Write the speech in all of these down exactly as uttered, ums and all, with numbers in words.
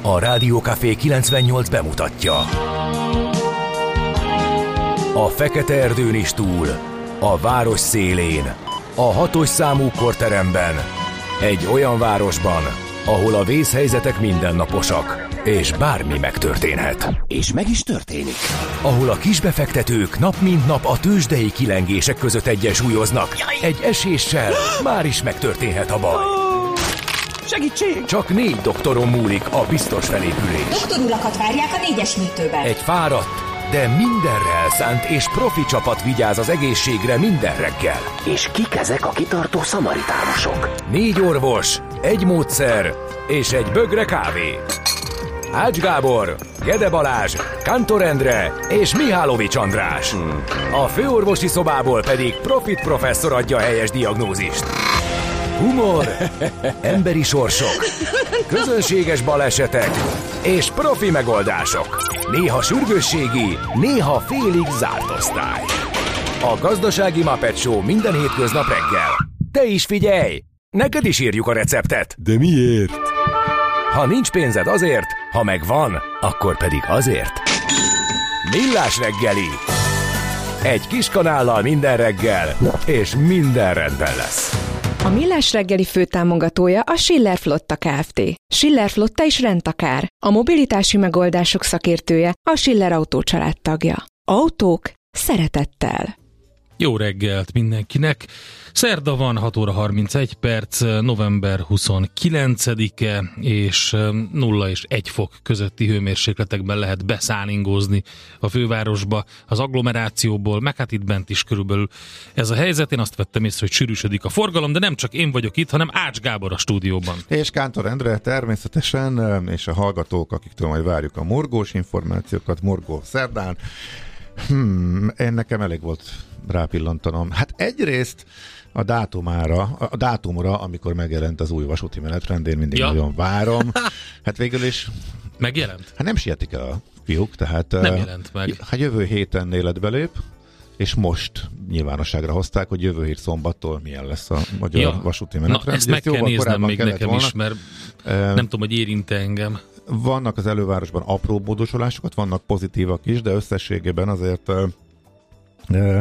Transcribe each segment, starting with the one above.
A Rádiókafé kilencvennyolc bemutatja. A fekete erdőn is túl, a város szélén, a hatos számú korteremben, egy olyan városban, ahol a vészhelyzetek mindennaposak, és bármi megtörténhet. És meg is történik. Ahol a kisbefektetők nap mint nap a tőzsdei kilengések között egyensúlyoznak. Egy eséssel már is megtörténhet a baj. Segítség! Csak négy doktoron múlik a biztos felépülés. Doktorulakat várják a négyes műtőben. Egy fáradt, de mindenre elszánt és profi csapat vigyáz az egészségre minden reggel. És kik ezek a kitartó szamaritánusok? Négy orvos, egy módszer és egy bögre kávé. Ács Gábor, Gede Balázs, Kántor Endre és Mihálovics András. Hmm. A főorvosi szobából pedig Profit professzor adja a helyes diagnózist. Humor, emberi sorsok, közönséges balesetek és profi megoldások. Néha sürgősségi, néha félig zárt osztály. A Gazdasági Muppet Show minden hétköznap reggel. Te is figyelj! Neked is írjuk a receptet. De miért? Ha nincs pénzed azért, ha megvan, akkor pedig azért. Millás reggeli. Egy kis kanállal minden reggel, és minden rendben lesz. A Millás reggeli főtámogatója a Schiller Flotta Kft. Schiller Flotta is rendtakár. A mobilitási megoldások szakértője, a Schiller Autó család tagja. Autók szeretettel. Jó reggelt mindenkinek! Szerda van, hat óra harmincegy perc, november huszonkilencedike, és nulla és egy fok közötti hőmérsékletekben lehet beszállingózni a fővárosba, az agglomerációból, meg hát itt bent is körülbelül ez a helyzet. Én azt vettem észre, hogy sűrűsödik a forgalom, de nem csak én vagyok itt, hanem Ács Gábor a stúdióban. És Kántor Endre természetesen, és a hallgatók, akiktől majd várjuk a morgós információkat, morgó szerdán. Hmm, én nekem elég volt rápillantanom. Hát egyrészt a dátumára, a dátumra, amikor megjelent az új vasúti menetrend, én mindig ja. nagyon várom. Hát végül is... Megjelent? Hát nem sietik el a fiúk, tehát... Nem jelent meg. Hát jövő héten életbe lép, és most nyilvánosságra hozták, hogy jövő hét szombattól milyen lesz a magyar ja. vasúti menetrend. Na, ezt meg kell néznem még nekem volna. is, mert uh, nem tudom, hogy érint engem. Vannak az elővárosban apró módosulásokat, vannak pozitívak is, de összességében azért uh, uh,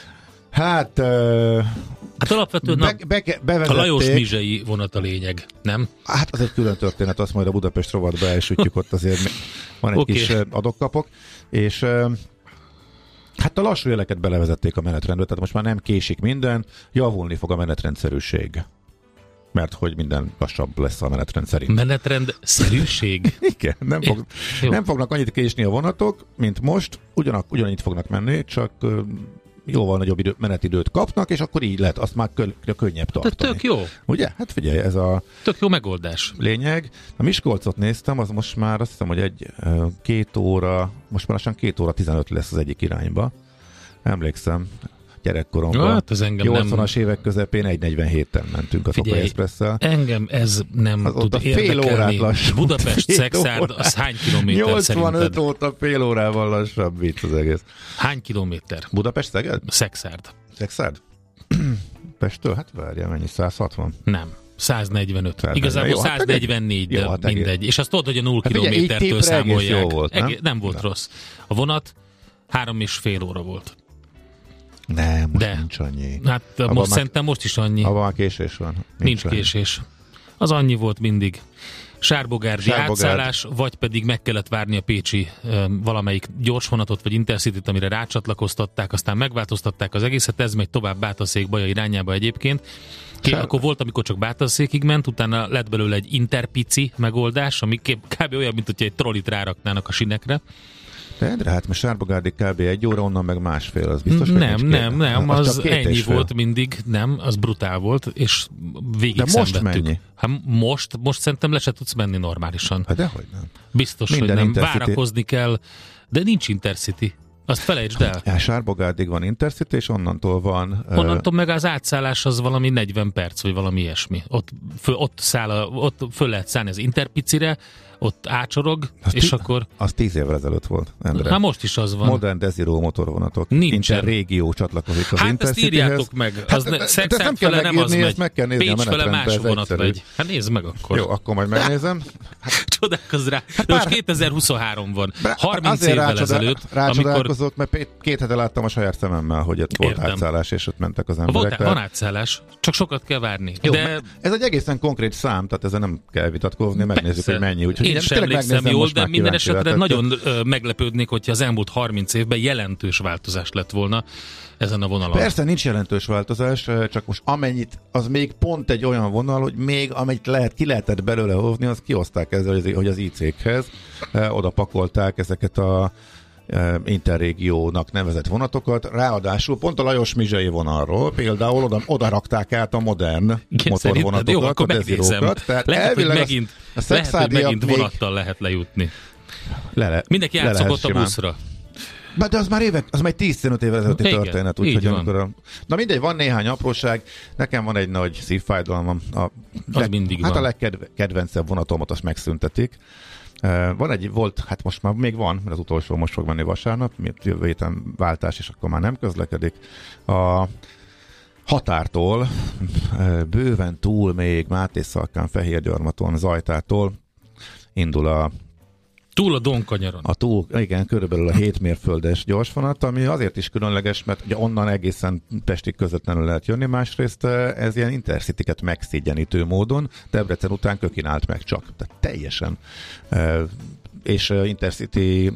hát uh, hát alapvetően be, be, bevezették, a Lajos-Mizsei vonat a lényeg, nem? Hát az egy külön történet, azt majd a Budapest rovatba elsütjük, ott azért van egy okay. kis adokkapok, és uh, hát a lassú jeleket belevezették a menetrendbe, tehát most már nem késik minden, javulni fog a menetrendszerűség. Mert hogy minden lassabb lesz a menetrend szerint. Menetrendszerűség? Igen, nem, fog, nem fognak annyit késni a vonatok, mint most, ugyanak, ugyanígy fognak menni, csak uh, jóval nagyobb idő, menetidőt kapnak, és akkor így lehet, azt már kö, könnyebb tartani. De tök jó. Ugye? Hát figyelj, ez a... Tök jó megoldás. Lényeg. A Miskolcot néztem, az most már azt hiszem, hogy egy uh, két óra, most már lassan két óra tizenöt lesz az egyik irányba. Emlékszem. Gyerekkoromban. Hát az engem nyolcvanas nem... évek közepén egy negyvenhéten mentünk a Tokai Expresszel. Engem ez nem az tud fél órát lassabb. Budapest Szexárd, az hány kilométer nyolcvanöt szerinted? óta fél órával lassabb vicc az egész. Hány kilométer? Budapest Szeged? Szexárd. Szexárd? Pesttől? Hát várjál, mennyi? száz hatvan? Nem. száznegyvenöt. száznegyven. Igazából jó, száznegyvennégy, hát de hát mindegy. egész. És azt tudod, hogy a nulla kilométertől hát számolják. Jó volt, nem? Egész, nem volt de. rossz. A vonat három és fél óra volt. Nem, most de. nincs annyi. Hát abban most már, szerintem most is annyi. Abban késés van. Nincs, nincs késés. Az annyi volt mindig. Sárbogárdi Sárbogárd. átszállás, vagy pedig meg kellett várni a pécsi uh, valamelyik gyorsvonatot, vagy Intercity-t, amire rácsatlakoztatták, aztán megváltoztatták az egészet, ez megy tovább Bátorszék Baja irányába egyébként. Ké, akkor volt, amikor csak Bátorszékig ment, utána lett belőle egy interpici megoldás, ami kb. Olyan, mint hogyha egy trollit ráraknának a sinekre. De hát most Sárbogárdi kb. Egy óra, onnan meg másfél, az biztos, hogy Nem, nem, nem, az, az ennyi volt mindig, nem, az brutál volt, és végig de most szenvedtük. mennyi? Hát most, most szerintem le se tudsz menni normálisan. Hát dehogy nem. Biztos, minden hogy nem. Intercity. Várakozni kell, de nincs Intercity. Azt felejtsd el. Ja, Sárbogárdig van Intercity, és onnantól van... Onnantól uh, meg az átszállás az valami negyven perc, vagy valami ilyesmi. Ott, föl, ott, száll a, ott föl lehet szállni az Interpicire, ott ácsorog, az és tí- akkor... Az tíz évvel ezelőtt volt, Endre. Hát most is az van. Modern Desiro motorvonatok. Nincsen. Interrégió csatlakozik az hát Intercityhez. ezt írjátok meg. Az Hát, ne, Szexárd fele nem megírni, az megy. meg kell nézni Pécs a fele menetrendbe, más ez vonat egyszerű. megy. Hát nézd meg akkor. Jó, akkor majd megnézem. Hát, csodálkozz rá. Hát de most kétezer-huszonhárom van. harminc évvel rácsodál, ezelőtt. Rácsodálkozok, amikor... mert két hete láttam a saját szememmel, hogy ott volt Értem. átszállás, és ott mentek az emberek. Volt, tehát... Van átszállás, csak sokat kell várni. Jó, de... Ez egy egészen konkrét szám, tehát ezzel nem kell vitatkozni, megnézzük, hogy mennyi. Úgyhogy én sem emlékszem jól, de minden esetre tehát... nagyon ö, meglepődnék, hogyha az elmúlt harminc évben jelentős változás lett volna ezen a vonalon. Persze nincs jelentős változás, csak most amennyit, az még pont egy olyan vonal, hogy még amennyit lehet, ki lehetett belőle hozni, az kioszták ezzel, hogy az í céghez oda pakolták ezeket a interrégiónak nevezett vonatokat, ráadásul pont a Lajos Mizsai vonalról például oda, oda rakták át a modern igen, motorvonatokat, jó, a dezirókat. Tehát lehet, hogy megint, a lehet, hogy megint még... vonattal lehet lejutni. Le, le, Mindenki átszokott a buszra. De az már évek, az már tíz-tizenöt évvel ezelőtti történet. Úgy, hogy a... Na mindegy, van néhány apróság, nekem van egy nagy szívfájdalmam. A az leg, mindig hát van. a legkedvencebb vonatomat azt megszüntetik. Uh, van egy, volt, hát most már még van, mert az utolsó most fog menni vasárnap, mert jövő héten váltás, és akkor már nem közlekedik. A határtól, uh, bőven túl még Mátészalkán, Fehérgyarmaton, Zajtától indul a Túl a Donkanyaron. A túl, igen, körülbelül a hét mérföldes gyorsvonat, ami azért is különleges, mert ugye onnan egészen Pestig közvetlenül lehet jönni, másrészt ez ilyen intercityket megszégyenítő módon Debrecen után Kökin állt meg csak. Tehát teljesen. És intercity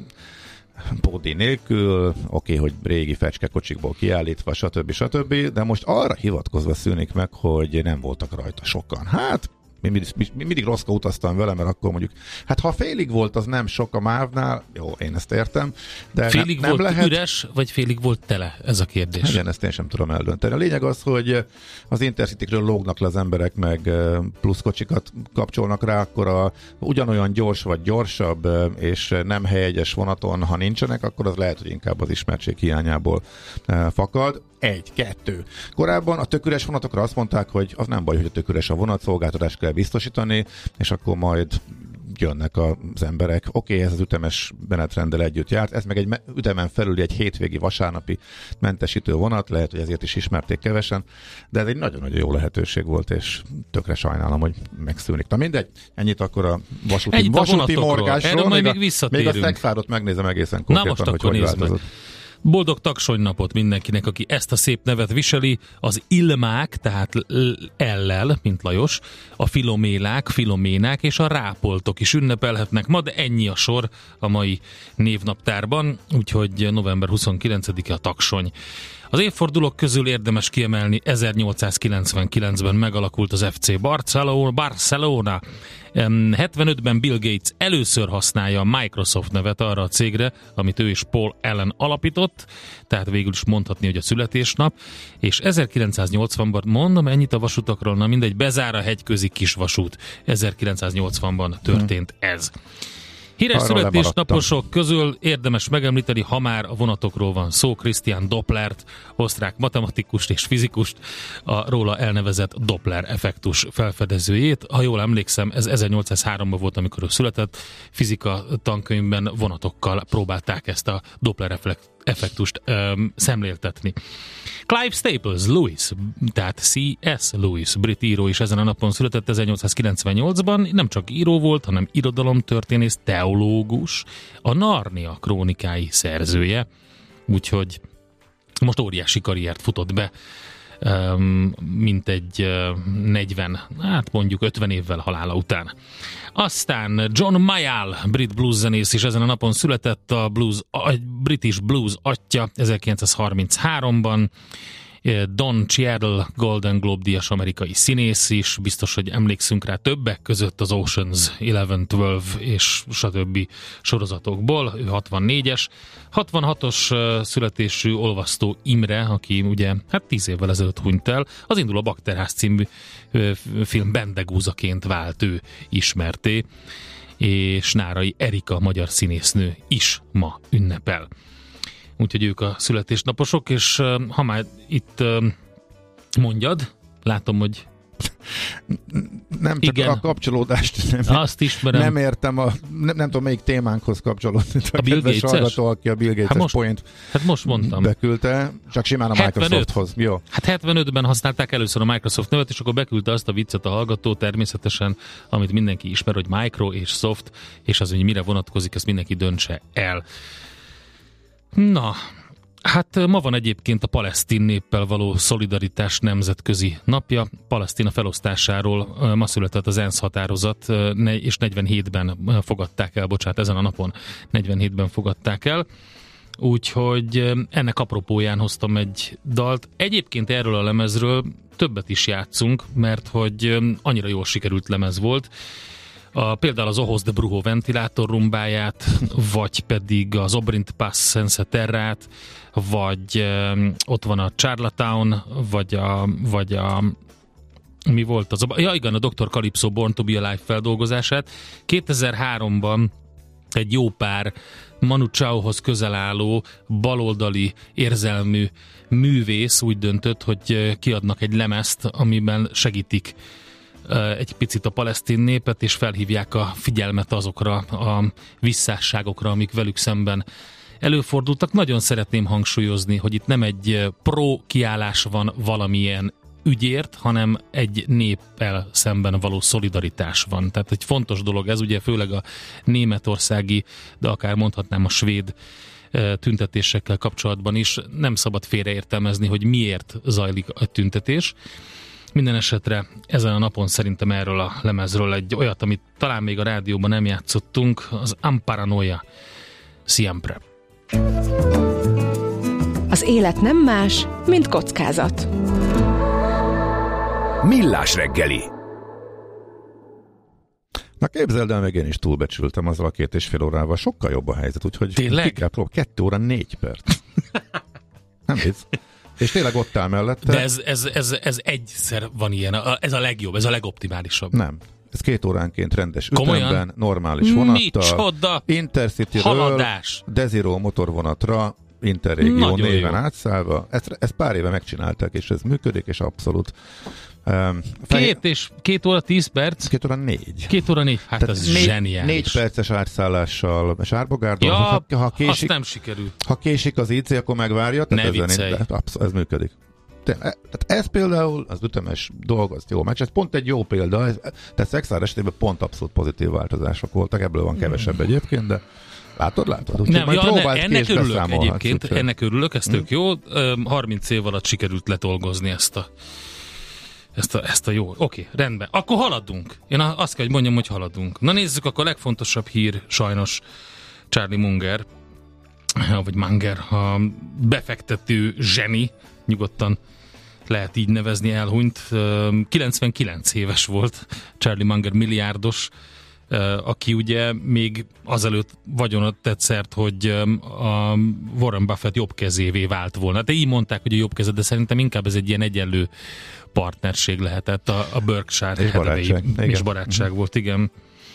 pódi nélkül, oké, okay, hogy régi fecske kocsikból kiállítva, stb. stb. De most arra hivatkozva szűnik meg, hogy nem voltak rajta sokan. Hát, Mindig, mindig rosszkó utaztam vele, mert akkor mondjuk, hát ha félig volt, az nem sok a mávnál, jó, én ezt értem, de félig nem, nem volt lehet... üres, vagy félig volt tele? Ez a kérdés. Igen, ezt én sem tudom eldönteni. A lényeg az, hogy az Intercity-kről lógnak le az emberek, meg plusz kocsikat kapcsolnak rá, akkor a, ugyanolyan gyors vagy gyorsabb, és nem helyegyes vonaton, ha nincsenek, akkor az lehet, hogy inkább az ismertség hiányából fakad. Egy, kettő. Korábban a tök üres vonatokra azt mondták, hogy az nem baj, hogy a tök üres a vonat, szolgáltatást kell biztosítani, és akkor majd jönnek az emberek. Oké, okay, ez az ütemes menetrenddel együtt járt, ez meg egy ütemen felüli egy hétvégi vasárnapi mentesítő vonat, lehet, hogy ezért is ismerték kevesen, de ez egy nagyon-nagyon jó lehetőség volt, és tökre sajnálom, hogy megszűnik. Na mindegy, ennyit akkor a vasúti, ennyit vasúti a morgásról. Erről majd még, még visszatérünk. Még a Szexárdot megnézem egészen konkrétan, hogy hogy változott. Boldog taksonynapot mindenkinek, aki ezt a szép nevet viseli, az Ilmák, tehát ellel, mint Lajos, a Filomélák, Filoménák és a Rápoltok is ünnepelhetnek ma, de ennyi a sor a mai névnaptárban, úgyhogy november huszonkilencedike a taksony. Az évfordulók közül érdemes kiemelni, ezernyolcszázkilencvenkilencben megalakult az ef cé Barcelona, Barcelona. hetvenötben Bill Gates először használja a Microsoft nevet arra a cégre, amit ő és Paul Allen alapított, tehát végül is mondhatni, hogy a születésnap, és ezerkilencszáznyolcvanban, mondom ennyit a vasutakról, na mindegy, bezár a hegyközi kisvasút. ezerkilencszáznyolcvanban történt ez. Híres születésnaposok közül érdemes megemlíteni, ha már a vonatokról van szó, Christian Dopplert, osztrák matematikust és fizikust, a róla elnevezett Doppler-effektus felfedezőjét. Ha jól emlékszem, ez ezernyolcszázháromban volt, amikor ő született, fizika tankönyvben vonatokkal próbálták ezt a Doppler-effektust öm, szemléltetni. Clive Staples Lewis, tehát cé es Lewis, brit író is ezen a napon született ezernyolcszázkilencvennyolcban, nem csak író volt, hanem irodalomtörténész, teológus, a Narnia krónikái szerzője, úgyhogy most óriási karriert futott be, mint egy negyven, hát mondjuk ötven évvel halála után. Aztán John Mayall, brit blueszenész is ezen a napon született, a blues, a British blues atya ezerkilencszázharmincháromban, Don Cheadle, Golden Globe díjas amerikai színész is, biztos, hogy emlékszünk rá többek között az Ocean's Eleven, Twelve és stb. Sorozatokból, ő hatvannégyes. hatvanhatos születésű Olvasztó Imre, aki ugye hát tíz évvel ezelőtt hunyt el, az Indul a Bakterház című film bendegúzaként vált ő ismerté, és Nárai Erika, magyar színésznő is ma ünnepel. Úgyhogy ők a születésnaposok, és uh, ha már itt uh, mondjad, látom, hogy Nem csak Igen. a kapcsolódást nem, Azt ismerem. nem értem, a, nem, nem tudom melyik témánkhoz kapcsolódni. A, A Bill kedves Gates-es? hallgató, aki a Bill Gates-es Hát most- point Hát most mondtam. beküldte, csak simán a hetvenöt Microsofthoz. Jó. Hát hetvenötben használták először a Microsoft nevet, és akkor beküldte azt a viccet a hallgató természetesen, amit mindenki ismer, hogy Micro és Soft, és az, hogy mire vonatkozik, ezt mindenki döntse el. Na, hát ma van egyébként a palesztin néppel való szolidaritás nemzetközi napja. Palesztina felosztásáról ma született az ENSZ határozat, és negyvenhétben fogadták el, bocsánat, ezen a napon negyvenhétben fogadták el. Úgyhogy ennek apropóján hoztam egy dalt. Egyébként erről a lemezről többet is játszunk, mert hogy annyira jól sikerült lemez volt. A, például az Ohoz de Brujo ventilátor rumbáját, vagy pedig az Obrint Pass Sense Terrát, vagy e, ott van a Charlottetown, vagy a, vagy a mi volt az? Ja igen, a doktor Calypso Born to be Alive feldolgozását. kétezer-háromban egy jó pár Manu Chaohoz közel álló, baloldali érzelmű művész úgy döntött, hogy kiadnak egy lemezt, amiben segítik egy picit a palesztin népet, és felhívják a figyelmet azokra a visszásságokra, amik velük szemben előfordultak. Nagyon szeretném hangsúlyozni, hogy itt nem egy pro kiállás van valamilyen ügyért, hanem egy néppel szemben való szolidaritás van. Tehát egy fontos dolog ez, ugye főleg a németországi, de akár mondhatnám a svéd tüntetésekkel kapcsolatban is. Nem szabad félreértelmezni, hogy miért zajlik a tüntetés. Minden esetre ezen a napon szerintem erről a lemezről egy olyat, amit talán még a rádióban nem játszottunk, az Amparanoia Siempre. Az élet nem más, mint kockázat. Millás reggeli. Na képzeld el, meg én is túlbecsültem azzal a két és fél órával. Sokkal jobb a helyzet, úgyhogy tényleg? ki kell próbálni. Kettő óra négy perc. Nem vicc. És tényleg ott áll mellette. De ez, ez, ez, ez egyszer van ilyen, ez a legjobb, ez a legoptimálisabb. Nem. Ez két óránként rendes Komolyan? ütemben, normális vonattal. Micsoda Intercity-ről haladás! Desiro motorvonatra, Interregió Nagyon néven jó. átszállva. Ezt, ezt pár éve megcsinálták, és ez működik, és abszolút. Um, fej... Két és két óra tíz perc? Két óra négy. Két óra négy, hát Tehát ez négy, zseniális. Négy perces átszállással és árbogárdon. Ja, ha, ha, azt késik, nem sikerült. ha késik az í cé, akkor megvárja. Ne ezen viccelj. de abszolút, ez működik. Tehát ez például, az ütemes dolog, az jó, meg ez pont egy jó példa, ez, tehát Szexár esetében pont abszolút pozitív változások voltak, ebből van kevesebb egyébként, de látod, látod? Úgyhogy Nem, majd ja, ne, próbáld ki, ennek és örülök beszámolhatsz, egyébként, úgyhogy- ennek örülök, ez tök Hm. jó. Öm, harminc év alatt sikerült letolgozni ezt a ezt a, ezt a jó. Oké, rendben. Akkor haladunk. Én azt kell, hogy mondjam, hogy haladunk. Na nézzük, akkor a legfontosabb hír sajnos Charlie Munger, vagy Munger, a befektető zseni, nyugodtan lehet így nevezni, elhunyt. kilencvenkilenc éves volt Charlie Munger, milliárdos, aki ugye még azelőtt vagyonat tett szert, hogy a Warren Buffett jobb kezévé vált volna. De így mondták, hogy a jobb keze, de szerintem inkább ez egy ilyen egyenlő partnerség lehetett a, a Berkshire És Hathaway. barátság, igen. És barátság volt, igen.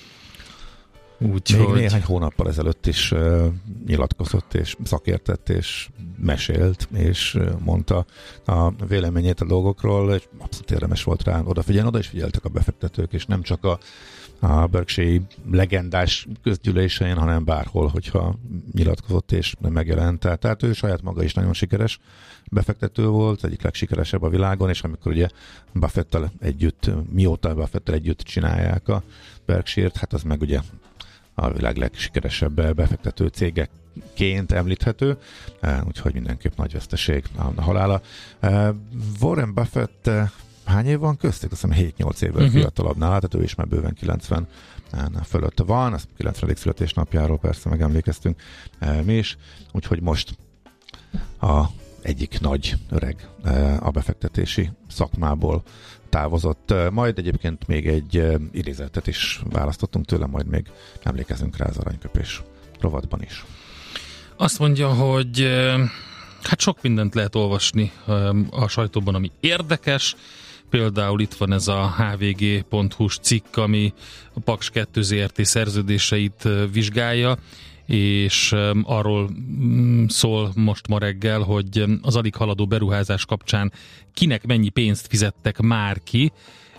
Még Úgyhogy... néhány hónappal ezelőtt is uh, nyilatkozott, és szakértett, és mesélt, és uh, mondta a véleményét a dolgokról, és abszolút érdemes volt rá odafigyelni, oda is figyeltek a befektetők, és nem csak a, a Berkshire legendás közgyűlésein, hanem bárhol, hogyha nyilatkozott és nem megjelent. Tehát ő saját maga is nagyon sikeres befektető volt, egyik legsikeresebb a világon, és amikor ugye Buffettel együtt, mióta Buffettel együtt csinálják a Berkshire-t, hát az meg ugye a világ legsikeresebb befektető cégeként említhető, úgyhogy mindenképp nagy veszteség a halála. Warren Buffett hány év van köztük? Azt hiszem hét-nyolc évvel uh-huh. fiatalabbnál, tehát ő is már bőven kilencven fölött van, az kilencvenedik születésnapjáról persze megemlékeztünk mi is, úgyhogy most a egyik nagy öreg a befektetési szakmából távozott. Majd egyébként még egy idézetet is választottunk tőle, majd még emlékezünk rá az aranyköpés rovatban is. Azt mondja, hogy hát sok mindent lehet olvasni a sajtóban, ami érdekes. Például itt van ez a há vé gé pont hú-s cikk, ami a Paks kettő zé er té szerződéseit vizsgálja, és arról szól most ma reggel, hogy az alig haladó beruházás kapcsán kinek mennyi pénzt fizettek már ki,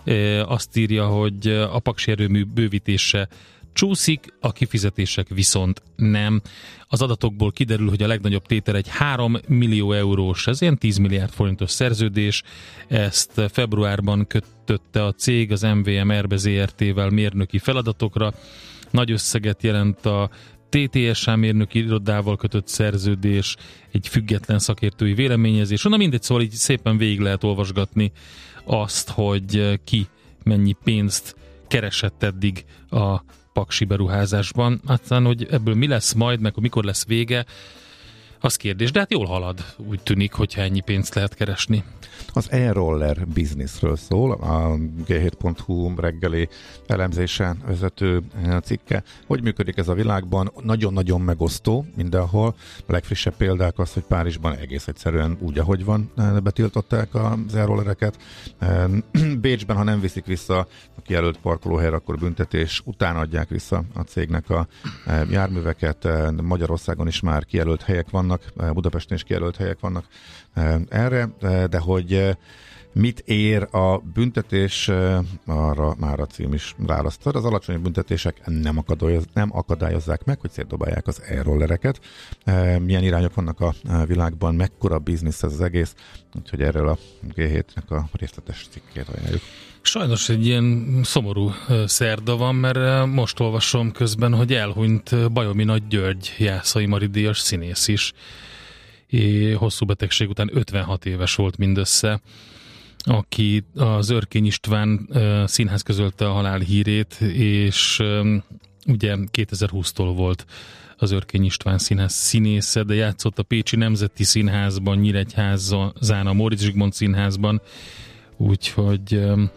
azt írja, hogy a paksi erőmű bővítése csúszik, a kifizetések viszont nem. Az adatokból kiderül, hogy a legnagyobb tétel egy három millió eurós, ez ilyen tíz milliárd forintos szerződés. Ezt februárban kötötte a cég az em vé em Erbe zé er té-vel mérnöki feladatokra. Nagy összeget jelent a té té es á mérnöki irodával kötött szerződés, egy független szakértői véleményezés. Na mindegy, szóval így szépen végig lehet olvasgatni azt, hogy ki mennyi pénzt keresett eddig a paksi beruházásban. Aztán, hogy ebből mi lesz majd, meg mikor lesz vége, az kérdés, de hát jól halad, úgy tűnik, hogyha ennyi pénzt lehet keresni. Az e-roller bizniszről szól, a gé hét pont hú reggeli elemzése vezető cikke. Hogy működik ez a világban? Nagyon-nagyon megosztó mindenhol. A legfrissebb példák az, hogy Párizsban egész egyszerűen úgy, ahogy van, betiltották az e-rollereket. Bécsben, ha nem viszik vissza a kijelölt parkolóhelyre, akkor büntetés után adják vissza a cégnek a járműveket. Magyarországon is már kijelölt helyek vannak, Budapesten is kijelölt helyek vannak erre, de hogy mit ér a büntetés, arra már a cím is választ. Az alacsony büntetések nem, akadályoz, nem akadályozzák meg, hogy szétdobálják az e-rollereket. Milyen irányok vannak a világban, mekkora biznisz ez az egész, úgyhogy erről a gé hétnek a részletes cikkét ajánljuk. Sajnos egy ilyen szomorú szerda van, mert most olvasom közben, hogy elhunyt Bajomi Nagy György, Jászai Mari díjas színész is. É, hosszú betegség után ötvenhat éves volt mindössze, aki az Örkény István uh, színház közölte a halál hírét, és um, ugye kétezer-húsztól volt az Örkény István színház színésze, de játszott a Pécsi Nemzeti Színházban, Nyíregyházán, a Móricz Zsigmond Színházban, úgyhogy um,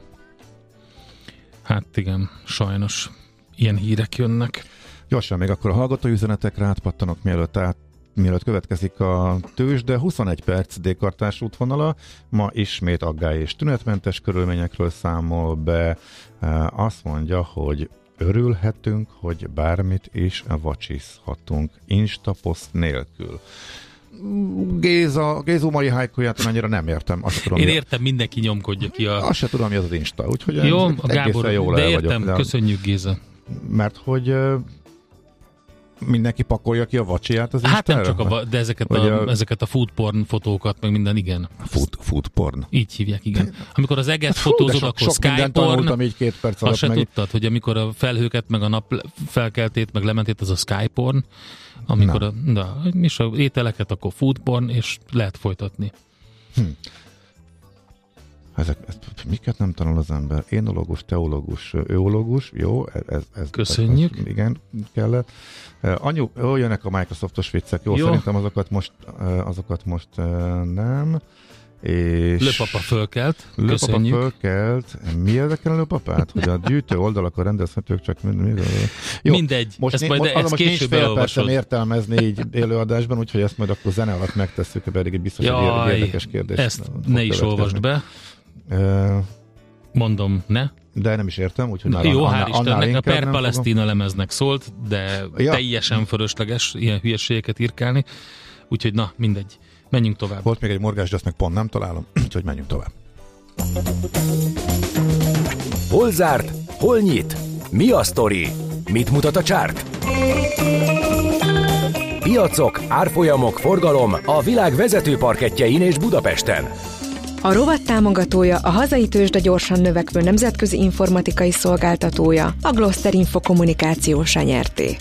hát igen, sajnos ilyen hírek jönnek. Gyorsan még akkor a hallgató üzenetekre átpattanok, mielőtt át Mielőtt következik a tőzsde, huszonegy perc D-kartás útvonala, ma ismét aggály és tünetmentes körülményekről számol be. Azt mondja, hogy örülhetünk, hogy bármit is vacsiszhatunk Instapost nélkül. Géza, Gézó mai hájkóját mennyire nem értem. Azt tudom, Én értem, mi... mindenki nyomkodja ki a... Azt se tudom, mi az az Insta. Úgyhogy jó, a Gábor, jól de értem, vagyok, de... köszönjük Géza. Mert hogy... mindenki pakolja ki a vacsiját az Instára? Hát nem csak a, de ezeket a, a, ezeket a food porn fotókat, meg minden, igen. Food, food porn. Így hívják, igen. Amikor az eget hát, fotózod, sok, akkor sok sky porn. Így két perc alatt azt se meg... tudtad, hogy amikor a felhőket, meg a nap felkeltét, meg lementét, az a sky porn. Amikor Na. a, na, és a ételeket, akkor food porn, és lehet folytatni. Hm. Ezek, ez, miket nem tanul az ember? Énológus, teológus, öológus, jó, ez, ez köszönjük. Ez, igen, kellett. Uh, anyu, ó, jönnek a Microsoftos viccek, jó, jó, szerintem azokat most, uh, azokat most uh, nem. És Lőpapa fölkelt, Lőpapa köszönjük. Fölkelt. Mi érdekel a lőpapát? Hogy a gyűjtő oldalakon rendezhetők, csak mind, mind, jó, mindegy, most ezt né, majd most, ezt most később nincs fél elolvasod. percem értelmezni így élőadásban, úgyhogy ezt majd akkor zene alatt megtesszük, pedig egy biztos Jaj, egy érdekes kérdés. Ezt ne is olvasd be. Uh, Mondom, ne? De nem is értem, úgyhogy már jó, annál, hál' Istennek, a Per Palesztina fogom. lemeznek szólt, de ja. teljesen fölösleges ilyen hülyeségeket írkálni, úgyhogy na, mindegy. Menjünk tovább. Volt még egy morgás, de azt meg pont nem találom, úgyhogy menjünk tovább. Hol zárt? Hol nyit? Mi a sztori? Mit mutat a csárt? Piacok, árfolyamok, forgalom a világ vezető parkettjein és Budapesten. A rovat támogatója, a hazai tőzsde gyorsan növekvő nemzetközi informatikai szolgáltatója, a Gloster Info Kommunikációs nyerté.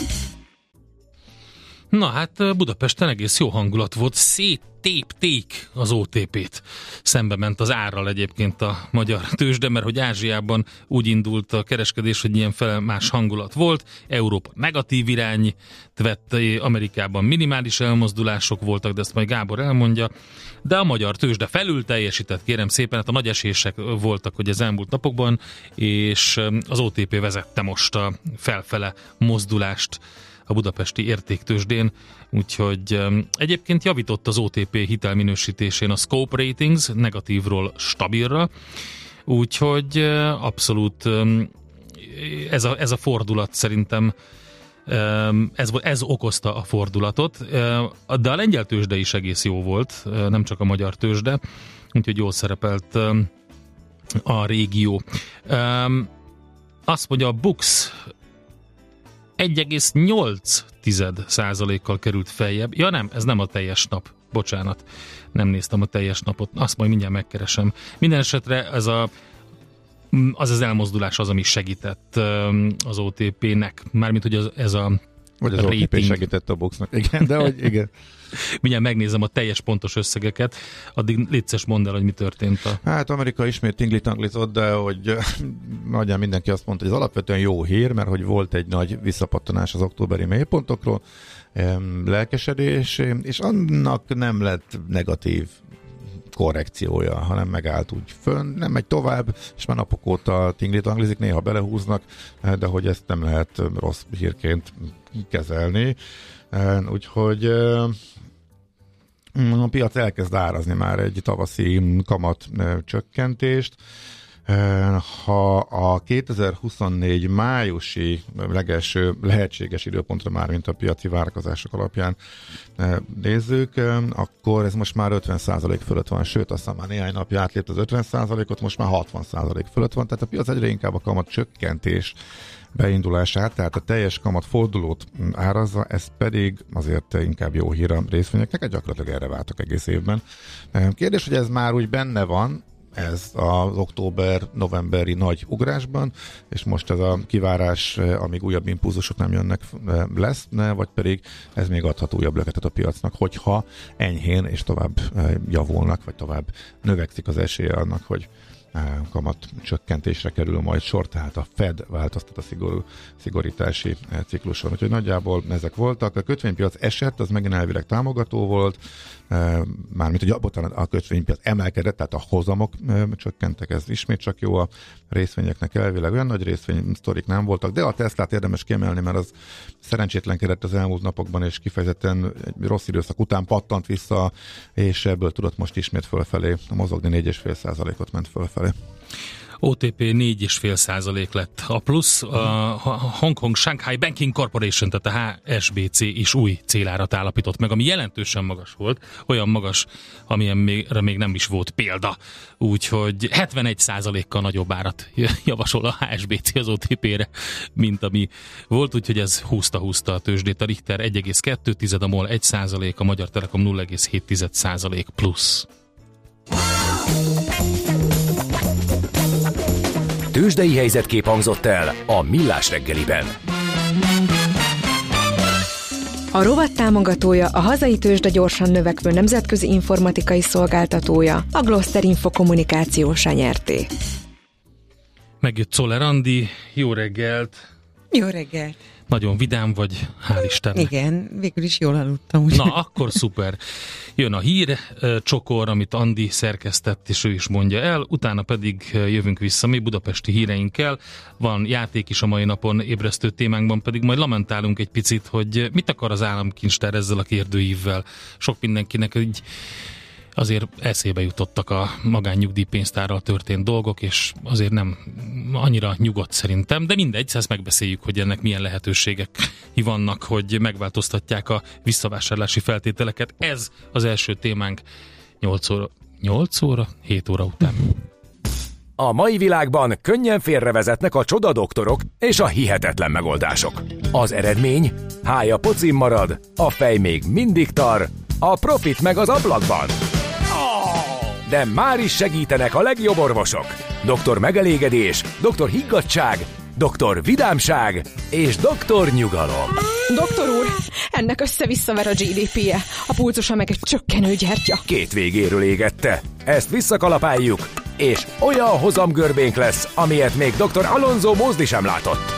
Na hát Budapesten egész jó hangulat volt, széttépték az o té pét. Szembe ment az árral egyébként a magyar tőzsde, mert hogy Ázsiában úgy indult a kereskedés, hogy ilyen fel más hangulat volt, Európa negatív irányt vett, Amerikában minimális elmozdulások voltak, de ezt majd Gábor elmondja, de a magyar tőzsde felül teljesített, kérem szépen, hát a nagy esések voltak hogy az elmúlt napokban, és az o té pé vezette most a felfele mozdulást a budapesti értéktőzsdén, úgyhogy um, egyébként javított az o té pé hitelminősítésén a Scope Ratings negatívról stabilra, úgyhogy uh, abszolút um, ez, a, ez a fordulat szerintem um, ez, ez okozta a fordulatot, uh, de a lengyel tőzsde is egész jó volt, uh, nem csak a magyar tőzsde, úgyhogy jól szerepelt um, a régió. Um, azt mondja, a Bux egy egész nyolc százalékkal került feljebb. Ja nem, ez nem a teljes nap. Bocsánat, nem néztem a teljes napot. Azt majd mindjárt megkeresem. Minden esetre ez a, az az elmozdulás az, ami segített az o té pé-nek. Mármint, hogy az, ez a Vagy az rating. o té pé segített a Buxnak. Igen, de hogy igen. Mindjárt megnézem a teljes pontos összegeket, addig létszes mondd el, hogy mi történt. A... Hát Amerika ismét tinglit-anglizott, de hogy nagyjából mindenki azt mondta, hogy ez alapvetően jó hír, mert hogy volt egy nagy visszapattanás az októberi mélypontokról, lelkesedés, és annak nem lett negatív korrekciója, hanem megállt úgy fönn, nem megy tovább, és már napok óta tinglit-anglizik, néha belehúznak, de hogy ezt nem lehet rossz hírként kezelni. Úgyhogy a piac elkezd árazni már egy tavaszi kamat csökkentést. Ha a kétezer-huszonnégy májusi legelső lehetséges időpontra már, mint a piaci várakozások alapján nézzük, akkor ez most már ötven százalék fölött van, sőt, aztán már néhány napja átlépte az ötven százalékot, most már hatvan százalék fölött van, tehát a piac egyre inkább a kamat csökkentés beindulását, tehát a teljes kamat fordulót árazza, ez pedig azért inkább jó hír a részvényeknek, gyakorlatilag erre váltak egész évben. Kérdés, hogy ez már úgy benne van, ez az október-novemberi nagy ugrásban, és most ez a kivárás, amíg újabb impulzusok nem jönnek, lesz, ne, vagy pedig ez még adhat újabb löketet a piacnak, hogyha enyhén és tovább javulnak, vagy tovább növekszik az esélye annak, hogy kamat csökkentésre kerül majd sor, tehát a Fed változtat a szigorú, szigorítási cikluson. Úgyhogy nagyjából ezek voltak. A kötvénypiac esett, az megint elvileg támogató volt, mármint hogy a kötvénypiac emelkedett, tehát a hozamok csökkentek, ez ismét csak jó a részvényeknek elvileg. Olyan nagy részvény sztorik nem voltak, de a Teslát érdemes kiemelni, mert az szerencsétlenkedett az elmúlt napokban, és kifejezetten egy rossz időszak után pattant vissza, és ebből tudott most ismét fölfelé mozogni, négy egész öt százalékot ment fölfelé. o té pé négy egész öt százalék lett. A plusz a Hong Kong Shanghai Banking Corporation, tehát a há es bé cé is új célárat állapított meg, ami jelentősen magas volt, olyan magas, amilyen még, még nem is volt példa. Úgyhogy hetvenegy százalékkal nagyobb árat javasol a há es bé cé az o té pére, mint ami volt, úgyhogy ez húzta-húzta a tőzsdét. A Richter egy egész kettő, a MOL egy százalék, a Magyar Telekom nulla egész hét százalék plusz. Tőzsdei helyzetkép hangzott el a Millás reggeliben. A rovat támogatója a hazai tőzsde gyorsan növekvő nemzetközi informatikai szolgáltatója, a Gloster Info Kommunikációsa nyerté. Megjött Czoller Andi, jó reggelt! Jó reggelt! Nagyon vidám vagy, hál' Istennek. Igen, végül is jól aludtam. Úgy. Na, akkor szuper. Jön a hír csokor, amit Andi szerkesztett, és ő is mondja el, utána pedig jövünk vissza mi budapesti híreinkkel. Van játék is a mai napon, ébresztő témánkban pedig majd lamentálunk egy picit, hogy mit akar az államkincstár ezzel a kérdőívvel. Sok mindenkinek így azért eszébe jutottak a magánnyugdíjpénztárral történt dolgok, és azért nem annyira nyugodt szerintem, de mindegy, ezt megbeszéljük, hogy ennek milyen lehetőségek vannak, hogy megváltoztatják a visszavásárlási feltételeket. Ez az első témánk nyolc óra, nyolc óra, hét óra után. A mai világban könnyen félrevezetnek a csodadoktorok és a hihetetlen megoldások. Az eredmény? Hája pocim marad, a fej még mindig tar, a profit meg az ablakban. De már is segítenek a legjobb orvosok. doktor Megelégedés, doktor Higgadtság, doktor Vidámság és doktor Nyugalom. Doktor úr, ennek össze-visszaver a gé dé pé-je, a pulzusa meg egy csökkenő gyertya. Két végéről égette. Ezt visszakalapáljuk, és olyan hozamgörbénk lesz, amilyet még doktor Alonso Mózdi sem látott.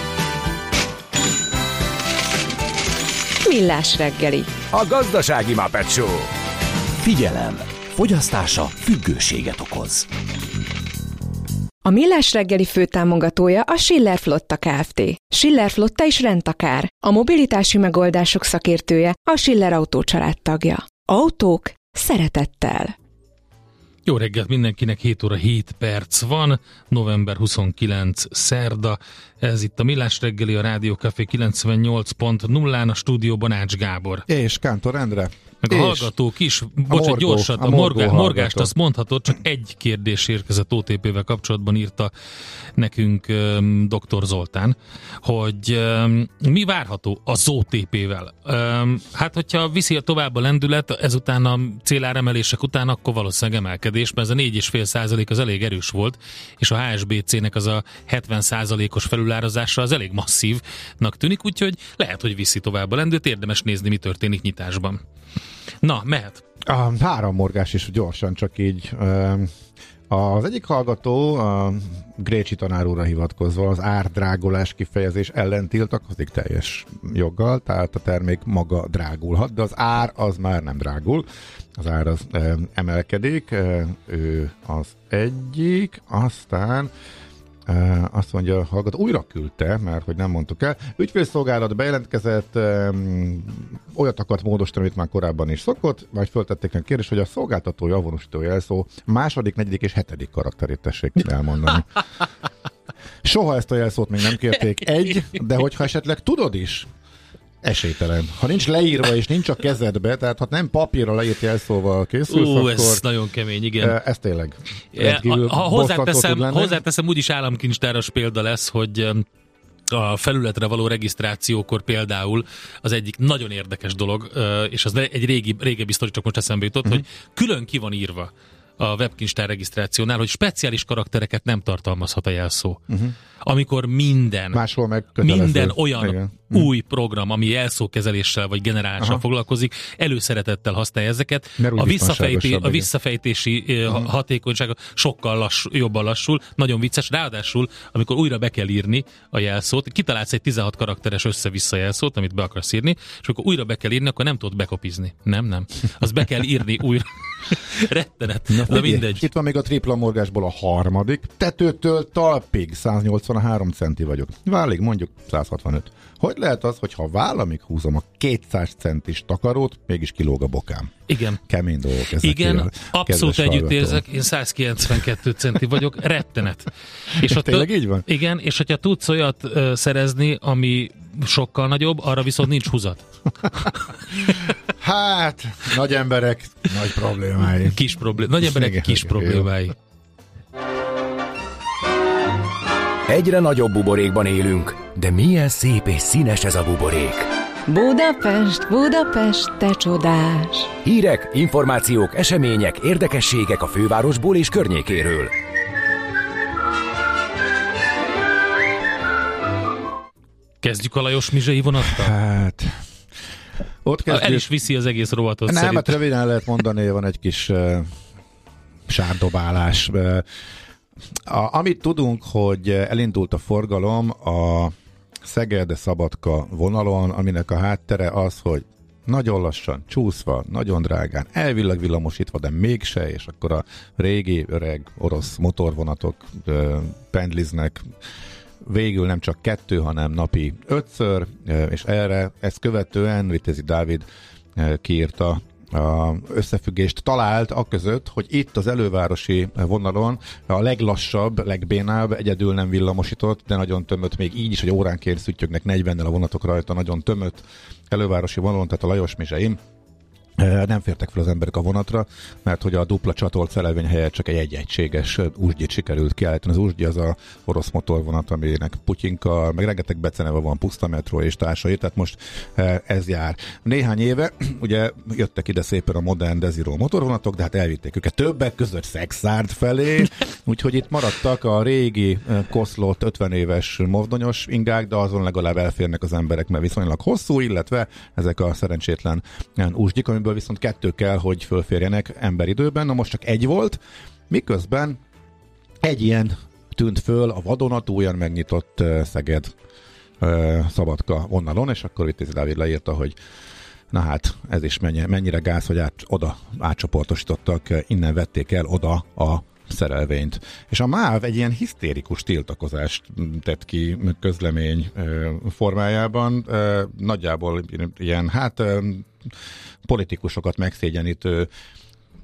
Millás reggeli. A gazdasági Muppet Show. Figyelem! Fogyasztása függőséget okoz. A Millás reggeli főtámogatója a Schiller Flotta Kft. Schiller Flotta és Rendtakár. A mobilitási megoldások szakértője, a Schiller Autó családtagja. Autók szeretettel. Jó reggelt mindenkinek, hét óra hét perc van, november huszonkilencedike szerda. Ez itt a Millás reggeli, a Rádió Café kilencvennyolc pont nullán, a stúdióban Ács Gábor. És Kántor Endre. meg a hallgatók is, bocsánat, gyorsat, a, a morgá, morgást azt mondhatod, csak egy kérdés érkezett o té pé-vel kapcsolatban, írta nekünk um, doktor Zoltán, hogy um, mi várható az o té pé-vel. Um, hát, hogyha viszi tovább a lendület, ezután a céláremelések után, akkor valószínűleg emelkedés, mert ez a négy egész öt százalék az elég erős volt, és a há es bé cé-nek az a hetven százalékos felülárazása az elég masszívnak tűnik, úgyhogy lehet, hogy viszi tovább a lendület, érdemes nézni, mi történik nyitásban. Na, mehet. A három morgás is gyorsan, csak így. Az egyik hallgató, a Grécsi tanár úrra hivatkozva az árdrágolás kifejezés ellen tiltakozik teljes joggal, tehát a termék maga drágulhat, de az ár az már nem drágul, az ár az e, emelkedik, e, ő az egyik, aztán Uh, azt mondja, a hallgató újra küldte, mert hogy nem mondtuk el. Ügyfélszolgálat bejelentkezett, um, olyat akart módosítani, amit már korábban is szokott, majd föltették a kérdést, hogy a szolgáltató javonosító jelszó második, negyedik és hetedik karakterét tessék elmondani. Soha ezt a jelszót még nem kérték. Egy, de hogyha esetleg tudod is, esélytelen. Ha nincs leírva és nincs a kezedbe, tehát ha nem papírra leírt jelszóval készülsz, Ú, akkor... ez nagyon kemény, igen. Ez tényleg. Ha, ha hozzáteszem, hozzáteszem, úgyis államkincstáros példa lesz, hogy a felületre való regisztrációkor például az egyik nagyon érdekes dolog, és az egy régi, régebbi sztori, csak most eszembe jutott, uh-huh. hogy külön ki van írva a webkincstár regisztrációnál, hogy speciális karaktereket nem tartalmazhat a jelszó. Uh-huh. Amikor minden, máshol meg minden olyan igen. új program, ami jelszókezeléssel vagy generálással Aha. foglalkozik, előszeretettel használja ezeket. A, visszafejté, a visszafejtési uh-huh. hatékonysága sokkal lass, jobban lassul, nagyon vicces. Ráadásul, amikor újra be kell írni a jelszót, kitalálsz egy tizenhat karakteres össze-vissza jelszót, amit be akarsz írni, és amikor újra be kell írni, akkor nem tudod bekopizni. Nem, nem. Az be kell írni újra. Rettenet. Na, Na mindegy. Itt van még a tripla morgásból a harmadik. Tetőtől talpig száznyolcvanhárom centi vagyok. Válig mondjuk száz hatvanöt. Hogy lehet az, hogy ha vállamig húzom a kétszáz centis takarót, mégis kilóg a bokám? Igen. Kemény dolgok ezek. Igen, abszolút együtt érzek, én száz kilencvenkettő centi vagyok, rettenet. És tényleg így van? Igen, és hogyha tudsz olyat uh, szerezni, ami sokkal nagyobb, arra viszont nincs húzat. Hát, nagy emberek, nagy problémái. Kis problém, nagy emberek, igen, kis problémái. Egyre nagyobb buborékban élünk, de milyen szép és színes ez a buborék. Budapest, Budapest, te csodás! Hírek, információk, események, érdekességek a fővárosból és környékéről. Kezdjük a Lajos Mizsei vonattal? Hát... Ott kezdjük... El is viszi az egész rovatot. Nem, mert röviden lehet mondani, van egy kis uh, sárdobálás. Uh, a, amit tudunk, hogy elindult a forgalom a Szeged-Szabadka vonalon, aminek a háttere az, hogy nagyon lassan, csúszva, nagyon drágán, elvileg villamosítva, de mégse, és akkor a régi, öreg orosz motorvonatok uh, pendliznek végül nem csak kettő, hanem napi ötször, és erre ezt követően Vitézi Dávid kiírta a összefüggést, talált aközött, hogy itt az elővárosi vonalon a leglassabb, legbénább, egyedül nem villamosított, de nagyon tömött, még így is, hogy óránként szüttyögnek negyvennel a vonatok rajta, nagyon tömött elővárosi vonalon, tehát a Lajos Mizsei nem fértek fel az emberek a vonatra, mert hogy a dupla csatolt szelelvény helyett csak egy egységes úsgyit sikerült kiállítani. Az úsgyi az a orosz motorvonat, aminek Putyinka, meg rengeteg beceneve van, puszta metró és társai, tehát most ez jár. Néhány éve ugye jöttek ide szépen a modern Desiro motorvonatok, de hát elvitték őket többek között Szexárd felé, úgyhogy itt maradtak a régi koszlott ötven éves mozdonyos ingák, de azon legalább elférnek az emberek, mert viszonylag hosszú, illetve ezek a szerencsétlen úsgyik, amiből viszont kettő kell, hogy fölférjenek emberidőben. Na most csak egy volt, miközben egy ilyen tűnt föl a vadonatújan megnyitott uh, Szeged uh, Szabadka vonalon, és akkor Vitézi Dávid leírta, hogy na hát, ez is mennyi, mennyire gáz, hogy át, oda átcsoportosítottak, innen vették el oda a szerelvényt. És a MÁV egy ilyen hisztérikus tiltakozást tett ki közlemény uh, formájában, uh, nagyjából ilyen, hát uh, politikusokat megszégyenítő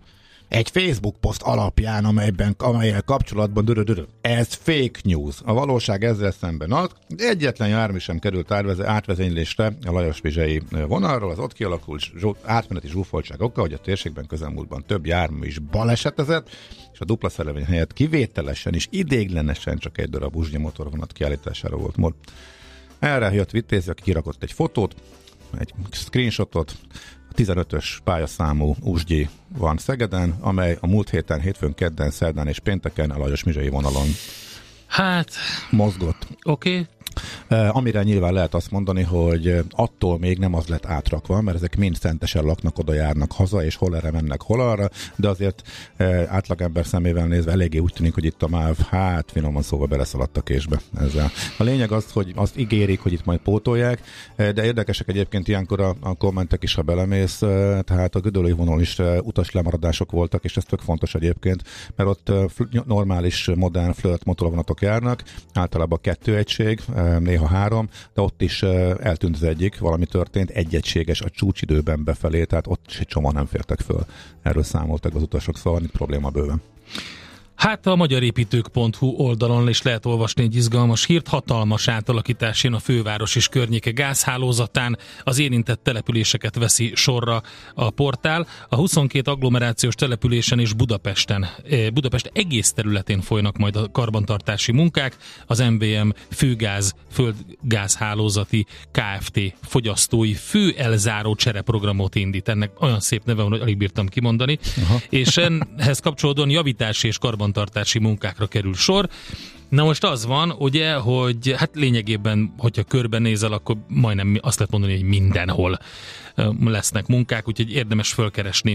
egy Facebook poszt alapján, amelyben, amelyel kapcsolatban dörö-dörö. Ez fake news. A valóság ezzel szemben az. Egyetlen jármű sem került átvezénylésre a Lajos-Vizsei vonalról, az ott kialakult zsú, átmeneti zsúfoltság oka, hogy a térségben közelmúltban több jármű is balesetezett, és a dupla szerelvény helyett kivételesen és idéglenesen csak egy darab uzsnyi motorvonat kiállítására volt mód. Erre jött Vitézi, aki kirakott egy fotót, egy screenshotot, a tizenötös pályaszámú Uzsgyi van Szegeden, amely a múlt héten, hétfőn, kedden, szerdán és pénteken a Lajos-Mizsei vonalon hát mozgott. Oké. Okay. Uh, amire nyilván lehet azt mondani, hogy attól még nem az lett átrakva, mert ezek mind szentesen laknak, oda járnak haza, és hol erre mennek, hol arra, de azért uh, átlagember szemével nézve eléggé úgy tűnik, hogy itt a MÁV, hát finoman szóval beleszaladt a késbe ezzel. A lényeg az, hogy azt ígérik, hogy itt majd pótolják, de érdekesek egyébként ilyenkor a, a kommentek is, ha belemész, uh, tehát a Gödöllői vonal is uh, utas lemaradások voltak, és ez tök fontos egyébként, mert ott uh, fl- normális, modern flört motorvonatok járnak, általában kettő egység, néha három, de ott is eltűnt az egyik, valami történt, egy egységes a csúcsidőben befelé, tehát ott is egy csomó nem fértek föl. Erről számoltak az utasok, szóval itt probléma bőven. Hát a magyarépítők pont hu oldalon is lehet olvasni egy izgalmas hírt. Hatalmas átalakítás jön a főváros és környéke gázhálózatán. Az érintett településeket veszi sorra a portál. A huszonkét agglomerációs településen és Budapesten, Budapest egész területén folynak majd a karbantartási munkák. Az em vé em Főgáz Földgázhálózati Kft. Fogyasztói fő elzáró csereprogramot indít. Ennek olyan szép neve van, hogy alig bírtam kimondani. Aha. És ehhez kapcsolódóan javítási és karbantartási tartási munkákra kerül sor. Na most az van, ugye, hogy hát lényegében, hogyha körbenézel, akkor majdnem azt lehet mondani, hogy mindenhol lesznek munkák, úgyhogy érdemes fölkeresni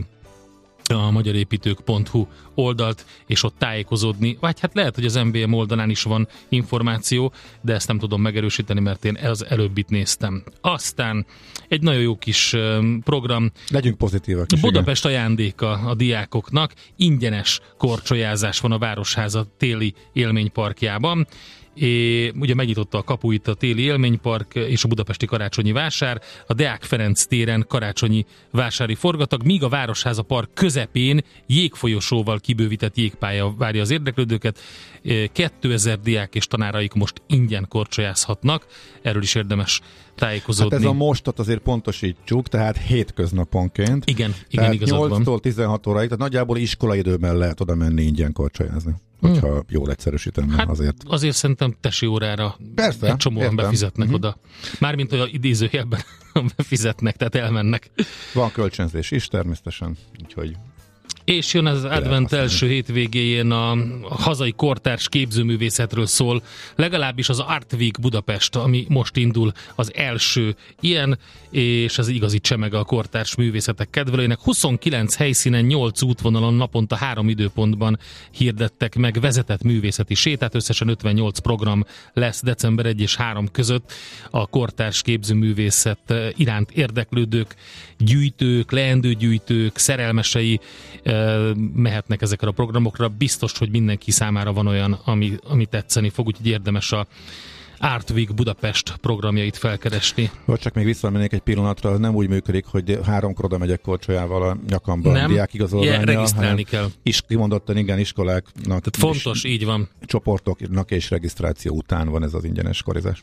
a magyarépítők pont hu oldalt, és ott tájékozódni, vagy hát lehet, hogy az em bé em oldalán is van információ, de ezt nem tudom megerősíteni, mert én az előbbit néztem. Aztán egy nagyon jó kis program. Legyünk pozitívak is. Budapest igen. ajándéka a diákoknak. Ingyenes korcsolyázás van a Városháza téli élményparkjában. É, ugye megnyitotta a kapuit a téli élménypark és a budapesti karácsonyi vásár, a Deák Ferenc téren karácsonyi vásári forgatag, míg a Városháza park közepén jégfolyosóval kibővített jégpálya várja az érdeklődőket. kétezer diák és tanáraik most ingyen korcsolyázhatnak, erről is érdemes tájékozódni. Hát ez a mostot azért pontosítsuk, tehát hétköznaponként. Igen, igen, igazad van. nyolctól tizenhat óráig, tehát nagyjából iskolaidőben lehet oda menni ingyen korcsolyázni. Hogyha hmm. jól egyszerűsítem, hát azért. Azért szerintem tesi órára persze, egy csomóan értem. Befizetnek uh-huh. oda. Mármint olyan idézőjelben befizetnek, tehát elmennek. Van kölcsönzés is természetesen, úgyhogy és jön az advent első hétvégéjén a, a hazai kortárs képzőművészetről szól, legalábbis az Art Week Budapest, ami most indul, az első ilyen, és ez igazi csemege a kortárs művészetek kedvelőinek. huszonkilenc helyszínen, nyolc útvonalon, naponta három időpontban hirdettek meg vezetett művészeti sétát, összesen ötvennyolc program lesz december elseje és három között. A kortárs képzőművészet iránt érdeklődők, gyűjtők, leendőgyűjtők, szerelmesei mehetnek ezekre a programokra. Biztos, hogy mindenki számára van olyan, ami, ami tetszeni fog, úgyhogy érdemes a Art Week Budapest programjait felkeresni. Vagy csak még visszamennék egy pillanatra, nem úgy működik, hogy háromkor oda megyek korcsolyával a nyakamban nem, diákigazolvánnyal. Nem, regisztrálni kell. Is kimondottan igen, iskoláknak. Tehát fontos, így van. Csoportoknak és regisztráció után van ez az ingyenes korizás.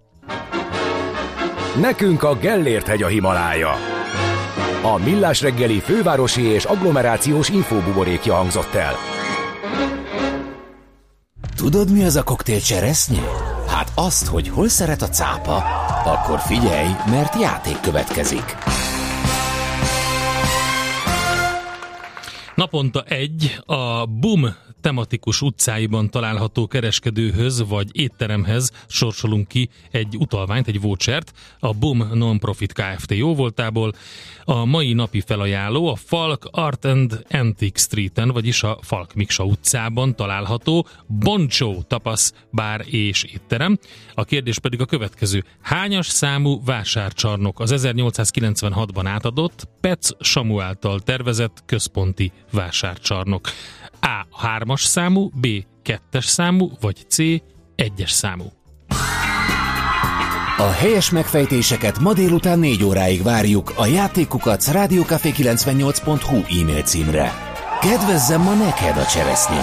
Nekünk a Gellért-hegy a Himalája. A Millás reggeli fővárosi és agglomerációs infóbuborékja hangzott el. Tudod, mi az a koktél cseresznye? Hát azt, hogy hol szeret a cápa, akkor figyelj, mert játék következik. Naponta egy a BUM tematikus utcáiban található kereskedőhöz vagy étteremhez sorsolunk ki egy utalványt, egy vouchert a BUM Non-Profit Kft. Jóvoltából. A mai napi felajánló a Falk Art and Antique Streeten, vagyis a Falk Miksa utcában található Boncsó tapasz, bár és étterem. A kérdés pedig a következő. Hányas számú vásárcsarnok az ezernyolcszázkilencvenhatban átadott Pec Samu által tervezett központi vásárcsarnok? A. hármas számú, B. kettes számú, vagy C. egyes számú. A helyes megfejtéseket ma délután négy óráig várjuk a játékukac rádiókafé kilencvennyolc pont hu e-mail címre. Kedvezzem ma neked a cseresznye!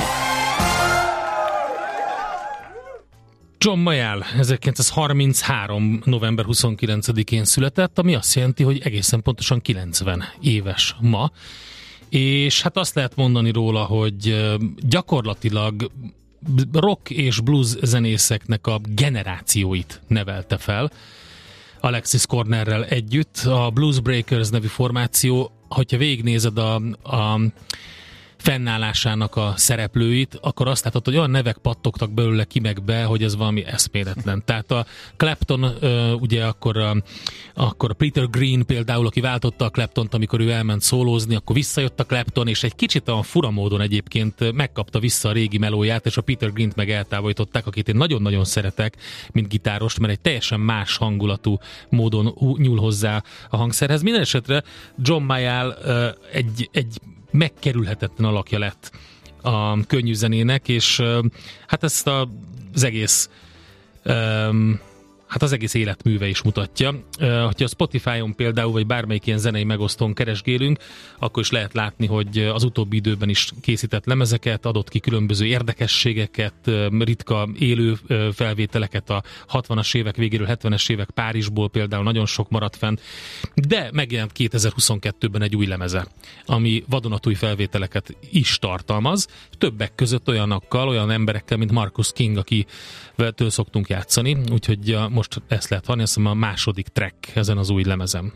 John Mayall ezerkilencszázharminchárom. november huszonkilencedikén született, ami azt jelenti, hogy egészen pontosan kilencven éves ma. És hát azt lehet mondani róla, hogy gyakorlatilag rock és blues zenészeknek a generációit nevelte fel. Alexis Cornerrel együtt. A Blues Breakers nevű formáció, hogyha végignézed a, a fennállásának a szereplőit, akkor azt látod, hogy olyan nevek pattogtak belőle ki meg be, hogy ez valami eszméletlen. Tehát a Clapton, ugye akkor a, akkor a Peter Green például, aki váltotta a Claptont, amikor ő elment szólózni, akkor visszajött a Clapton, és egy kicsit a fura módon egyébként megkapta vissza a régi melóját, és a Peter Greent meg eltávolították, akit én nagyon-nagyon szeretek, mint gitárost, mert egy teljesen más hangulatú módon nyúl hozzá a hangszerhez. Minden esetre John Mayall egy, egy megkerülhetetlen alakja lett a könnyű zenének, és hát ezt a, az egész um, hát az egész életműve is mutatja. Uh, hogyha a Spotify-on például, vagy bármelyik ilyen zenei megosztón keresgélünk, akkor is lehet látni, hogy az utóbbi időben is készített lemezeket, adott ki különböző érdekességeket, ritka élő felvételeket a hatvanas évek végéről, hetvenes évek Párizsból például nagyon sok maradt fenn, de megjelent kétezer-huszonkettőben egy új lemeze, ami vadonatúj felvételeket is tartalmaz, többek között olyanokkal, olyan emberekkel, mint Marcus King, akivel szoktunk játszani, úgyhogy most ezt lehet hallani, azt hiszem a második track ezen az új lemezem.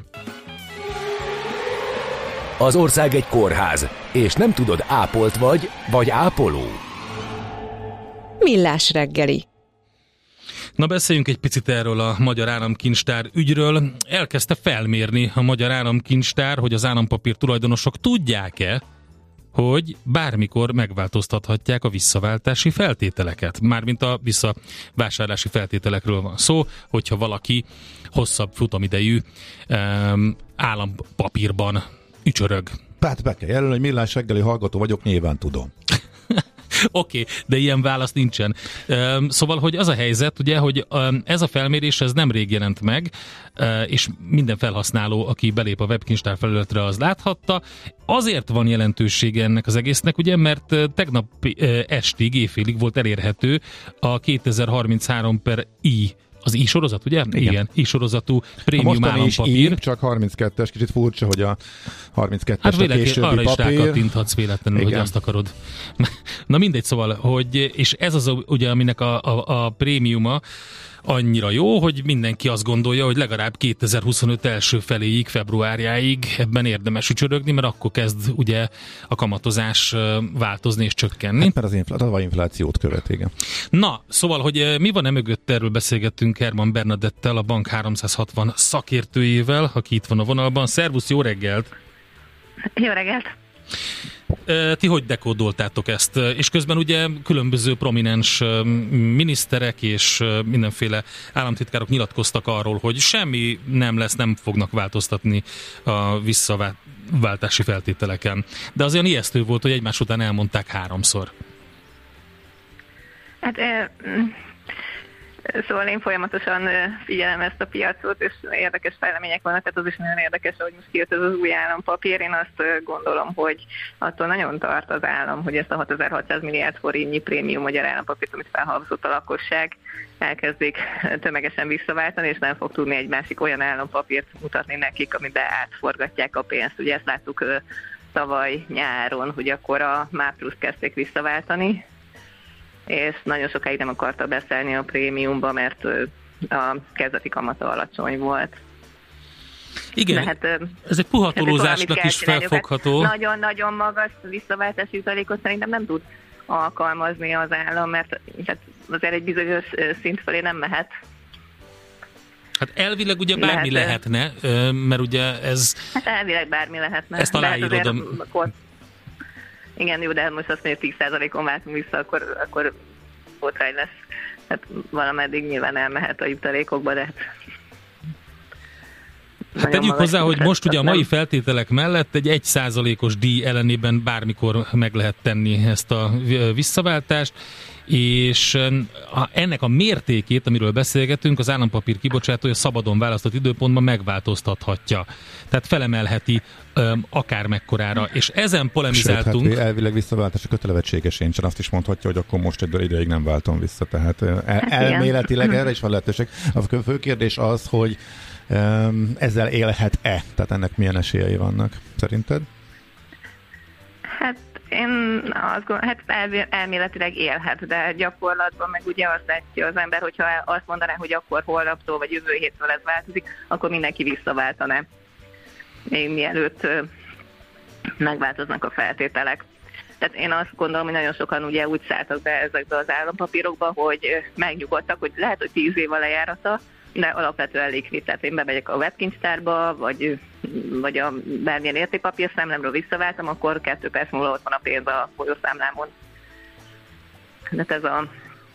Az ország egy kórház, és nem tudod, ápolt vagy, vagy ápoló. Millás reggeli. Na, beszéljünk egy picit erről a Magyar Államkincstár ügyről. Elkezdte felmérni a Magyar Államkincstár, hogy az állampapír tulajdonosok tudják-e, hogy bármikor megváltoztathatják a visszaváltási feltételeket. Mármint a visszavásárlási feltételekről van szó, hogyha valaki hosszabb futamidejű um, állampapírban ücsörög. Hát be kell jelölni, hogy Millás reggeli hallgató vagyok, nyilván tudom. Oké, okay, de ilyen válasz nincsen. Szóval, hogy az a helyzet, ugye, hogy ez a felmérés ez nemrég jelent meg, és minden felhasználó, aki belép a webkincstár felületre, az láthatta. Azért van jelentősége ennek az egésznek, ugye, mert tegnap estig, éjfélig volt elérhető a kétezer-harminchárom per I, az I sorozat, ugye? Igen. Igen. I sorozatú prémium állampapír. I, csak harminckettes, kicsit furcsa, hogy a harminckettes hát a későbbi arra papír. is rákattinthatsz véletlenül, igen, hogy azt akarod. Na mindegy, szóval, hogy, és ez az, ugye, aminek a, a, a prémiuma annyira jó, hogy mindenki azt gondolja, hogy legalább kétezer-huszonöt első feléig, februárjáig ebben érdemes ücsörögni, mert akkor kezd ugye a kamatozás változni és csökkenni. Hát, mert az infl- az inflációt követ, igen. Na, szóval, hogy mi van e mögött, erről beszélgettünk Herman Bernadettel, a Bank háromszázhatvan szakértőjével, aki itt van a vonalban. Szervusz, jó reggelt! Jó reggelt! Ti hogy dekódoltátok ezt? És közben ugye különböző prominens miniszterek és mindenféle államtitkárok nyilatkoztak arról, hogy semmi nem lesz, nem fognak változtatni a visszaváltási feltételeken. De az olyan ijesztő volt, hogy egymás után elmondták háromszor. Hát e, szóval én folyamatosan figyelem ezt a piacot, és érdekes fejlemények vannak, tehát az is nagyon érdekes, hogy most kijött ez az új állampapír. Én azt gondolom, hogy attól nagyon tart az állam, hogy ezt a hatezer-hatszáz milliárd forintnyi prémium magyar állampapírt, amit felhalmozott a lakosság, elkezdik tömegesen visszaváltani, és nem fog tudni egy másik olyan állampapírt mutatni nekik, amiben átforgatják a pénzt. Ugye ezt láttuk tavaly nyáron, hogy akkor a MÁ pluszt kezdték visszaváltani, és nagyon sokáig nem akarta beszállni a prémiumba, mert a kezdeti kamata alacsony volt. Igen, hát, ez egy puha tolózásnak is felfogható. Nagyon-nagyon magas visszaváltási jutalékot szerintem nem tud alkalmazni az állam, mert hát azért egy bizonyos szint felé nem mehet. Hát elvileg ugye bármi lehet, lehetne, mert ugye ez... Hát elvileg bármi lehetne. Ezt aláírod a... Akkor... Igen, jó, de most azt mondja, tíz százalékon váltunk vissza, akkor, akkor botrány lesz. Hát valameddig nyilván elmehet a jutalékokba, de Hát tegyük hozzá, hogy most ugye a mai feltételek mellett egy egy százalékos díj ellenében bármikor meg lehet tenni ezt a visszaváltást, és a, ennek a mértékét, amiről beszélgetünk, az állampapír kibocsátója szabadon választott időpontban megváltoztathatja. Tehát felemelheti um, akár mekkorára. És ezen polemizáltunk. Sőt, hát elvileg visszaváltási kötelezettsége sincsen, azt is mondhatja, hogy akkor most egy ideig nem váltom vissza. Tehát el, elméletileg erre is van lehetőség. A fő kérdés az, hogy um, ezzel élhet-e? Tehát ennek milyen esélyei vannak, szerinted? Hát én azt gondolom, hát elméletileg élhet, de gyakorlatban meg ugye azt látja az ember, hogyha azt mondaná, hogy akkor holnaptól vagy jövő héttől ez változik, akkor mindenki visszaváltaná, még mielőtt megváltoznak a feltételek. Tehát én azt gondolom, hogy nagyon sokan ugye úgy szálltak be ezekbe az állampapírokba, hogy megnyugodtak, hogy lehet, hogy tíz év a lejárata, de alapvetően likvid. Tehát én bemegyek a webkincstárba, vagy, vagy a bármilyen értékpapír számlámról visszaváltam, akkor kettő perc múlva ott van a pénz a folyószámlámon. De ez a,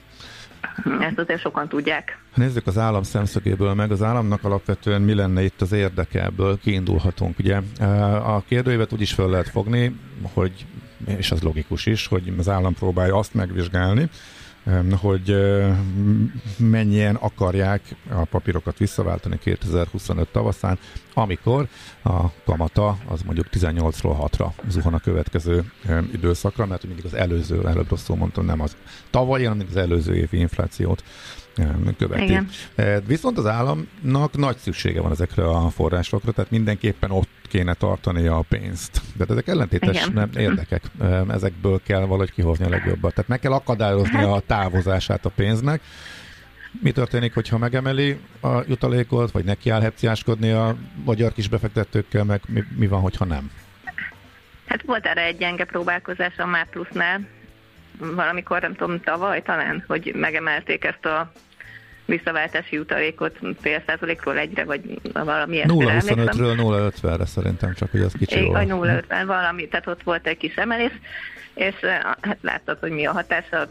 ezt azért sokan tudják. Nézzük az állam szemszögéből meg. Az államnak alapvetően mi lenne itt az érdeke, ebből kiindulhatunk. Ugye a kérdőívet úgy is fel lehet fogni, hogy, és az logikus is, hogy az állam próbálja azt megvizsgálni, hogy mennyien akarják a papírokat visszaváltani kétezer-huszonöt tavaszán, amikor a kamata az mondjuk tizennyolcról hatra zuhan a következő időszakra, mert mindig az előző, előbb rosszul mondtam, nem az tavalyi, hanem az előző évi inflációt követi. Igen. Viszont az államnak nagy szüksége van ezekre a forrásokra, tehát mindenképpen ott kéne tartani a pénzt. De ezek ellentétes nem, érdekek. Ezekből kell valahogy kihozni a legjobbat. Tehát meg kell akadályozni a távozását a pénznek. Mi történik, hogyha megemeli a jutalékot, vagy nekiáll hepciáskodni a magyar kisbefektetőkkel, meg mi, mi van, hogyha nem? Hát volt erre egy gyenge próbálkozás a MÁ Plusznál, valamikor, nem tudom, tavaly talán, hogy megemelték ezt a visszaváltási jutalékot fél százalékról egyre, vagy valami ilyesmire. nulla huszonötről nulla ötvenre szerintem, csak hogy az kicsi volt. Vagy nulla ötven valami, tehát ott volt egy kis emelés, és hát láttad, hogy mi a hatása.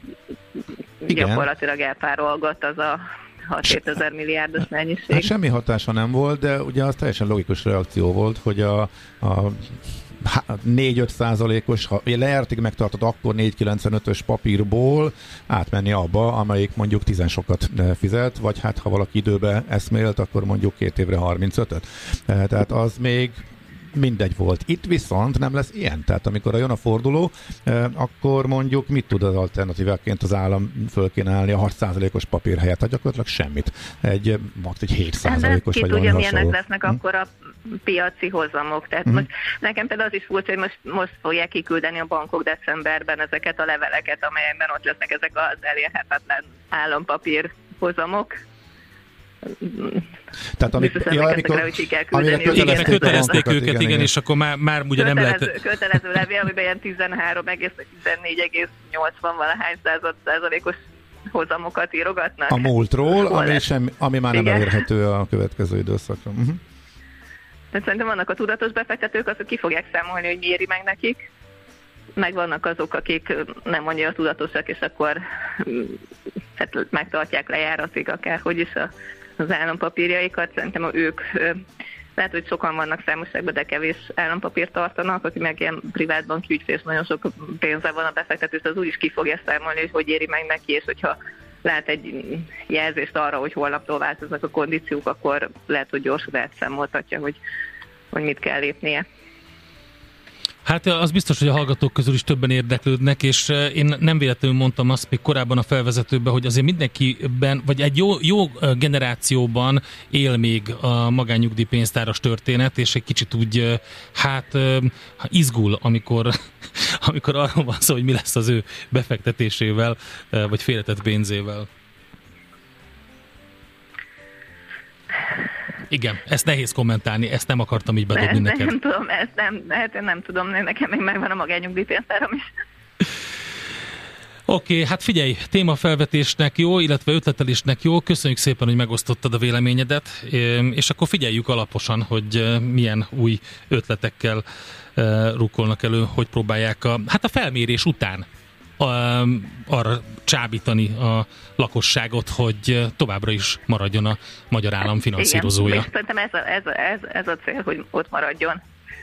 Igen. Gyakorlatilag elpárolgott az a hat-hét ezer milliárdos mennyiség. Hát semmi hatása nem volt, de ugye az teljesen logikus reakció volt, hogy a, a négy-öt százalékos, ha lejáratig megtartod, akkor négy kilencvenötös papírból átmenni abba, amelyik mondjuk tizen sokat fizet, vagy hát ha valaki időbe eszmélt, akkor mondjuk két évre harmincötöt. Tehát az még mindegy volt. Itt viszont nem lesz ilyen. Tehát amikor jön a forduló, akkor mondjuk mit tud az alternatíváként az állam fölkínálni a hat százalékos papír helyett? Hát gyakorlatilag semmit. Egy, egy hét százalékos vagy valami hasonló. Milyenek lesznek hm? akkor a piaci hozamok. Tehát hm. most, nekem például az is furcsa, hogy most, most fogják kiküldeni a bankok decemberben ezeket a leveleket, amelyekben ott lesznek ezek az elérhetetlen állampapír hozamok. Tehát amikor, ja, amikor igen, kötelezték őket, igen, igen, és akkor már, már ugye kötelező, nem lehet... Kötelező levél, amiben ilyen tizenhárom egész tizennégy egész nyolcvan valahány század százalékos hozamokat írogatnak. A múltról, ami, sem, ami már nem elérhető a következő időszakra. Uh-huh. Szerintem vannak a tudatos befektetők, azok ki fogják számolni, hogy mi éri meg nekik. Meg vannak azok, akik nem annyira tudatosak, és akkor hát megtartják lejáratig akárhogy is a, az állampapírjaikat. Szerintem ők, lehet, hogy sokan vannak számosságban, de kevés állampapírt tartanak, aki meg ilyen privátbanki ügyfél, és nagyon sok pénze van a befektető, az úgy is ki fogja számolni, hogy hogy éri meg neki, és hogyha lát egy jelzést arra, hogy holnaptól változnak a kondíciók, akkor lehet, hogy gyorsan elszámoltatja, hogy, hogy mit kell lépnie. Hát az biztos, hogy a hallgatók közül is többen érdeklődnek, és én nem véletlenül mondtam azt még korábban a felvezetőben, hogy azért mindenkiben, vagy egy jó, jó generációban él még a magánnyugdíjpénztáras történet, és egy kicsit úgy, hát izgul, amikor, amikor arról van szó, hogy mi lesz az ő befektetésével, vagy félretett pénzével. Igen, ezt nehéz kommentálni, ezt nem akartam így bedobni nem, neked. Nem tudom, ezt nem, hát én nem tudom, nekem még megvan a magánnyugdíjpénztárom is. Oké, okay, hát figyelj, témafelvetésnek jó, illetve ötletelésnek jó, köszönjük szépen, hogy megosztottad a véleményedet, és akkor figyeljük alaposan, hogy milyen új ötletekkel rukkolnak elő, hogy próbálják a, hát a felmérés után arra csábítani a lakosságot, hogy továbbra is maradjon a magyar állam finanszírozója. Igen, szerintem ez a, ez, a, ez, ez a cél, hogy ott maradjon.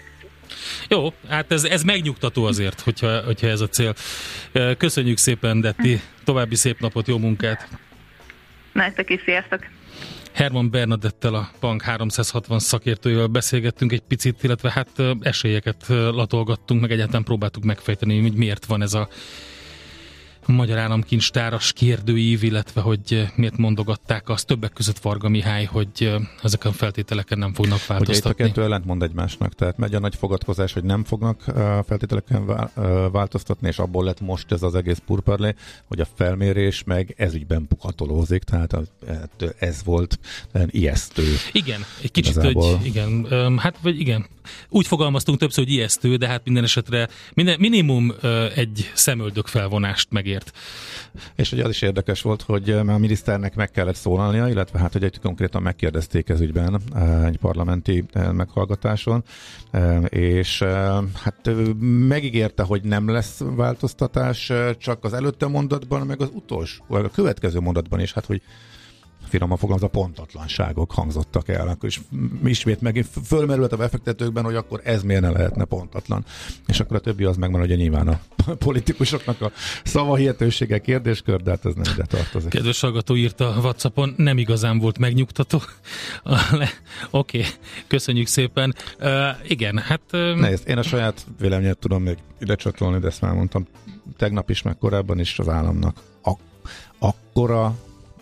Jó, hát ez, ez megnyugtató azért, hogyha, hogyha ez a cél. Köszönjük szépen, Detti, további szép napot, jó munkát! Nektek is, sziasztok! Herman Bernadettel, a Bank háromszázhatvan szakértőjével beszélgettünk egy picit, illetve hát esélyeket latolgattunk, meg egyáltalán próbáltuk megfejteni, hogy miért van ez a magyar államkincstáras kérdőív, illetve hogy miért mondogatták azt többek között Varga Mihály, hogy ezeken a feltételeken nem fognak változtatni. Ugye itt a kettő ellentmond egymásnak, tehát megy a nagy fogadkozás, hogy nem fognak feltételeken változtatni, és abból lett most ez az egész purparlé, hogy a felmérés meg ezügyben puhatolózik, tehát ez volt ijesztő. Igen, egy kicsit, igazából. Hogy igen, hát vagy igen, úgy fogalmaztunk többször, hogy ijesztő, de hát minden esetre minden, minimum egy szemöldök felvonást megért. És ugye az is érdekes volt, hogy a miniszternek meg kellett szólalnia, illetve hát, hogy egy konkrétan megkérdezték ez ügyben egy parlamenti meghallgatáson, és hát megígérte, hogy nem lesz változtatás, csak az előtte mondatban, meg az utolsó, vagy a következő mondatban is, hát, hogy finoman fogalmazva pontatlanságok hangzottak el. Akkor is ismét megint fölmerült a befektetőkben, hogy akkor ez miért ne lehetne pontatlan. És akkor a többi az megvan, hogy nyilván a politikusoknak a szavahihetősége kérdéskör, de hát ez nem ide tartozik. Kedves hallgató írta a WhatsAppon, nem igazán volt megnyugtató. Oké, okay, köszönjük szépen. Uh, igen, hát... Um... Nézd, én a saját véleményet tudom még ide csatolni, de ezt már mondtam tegnap is, meg korábban is az államnak. Ak- akkora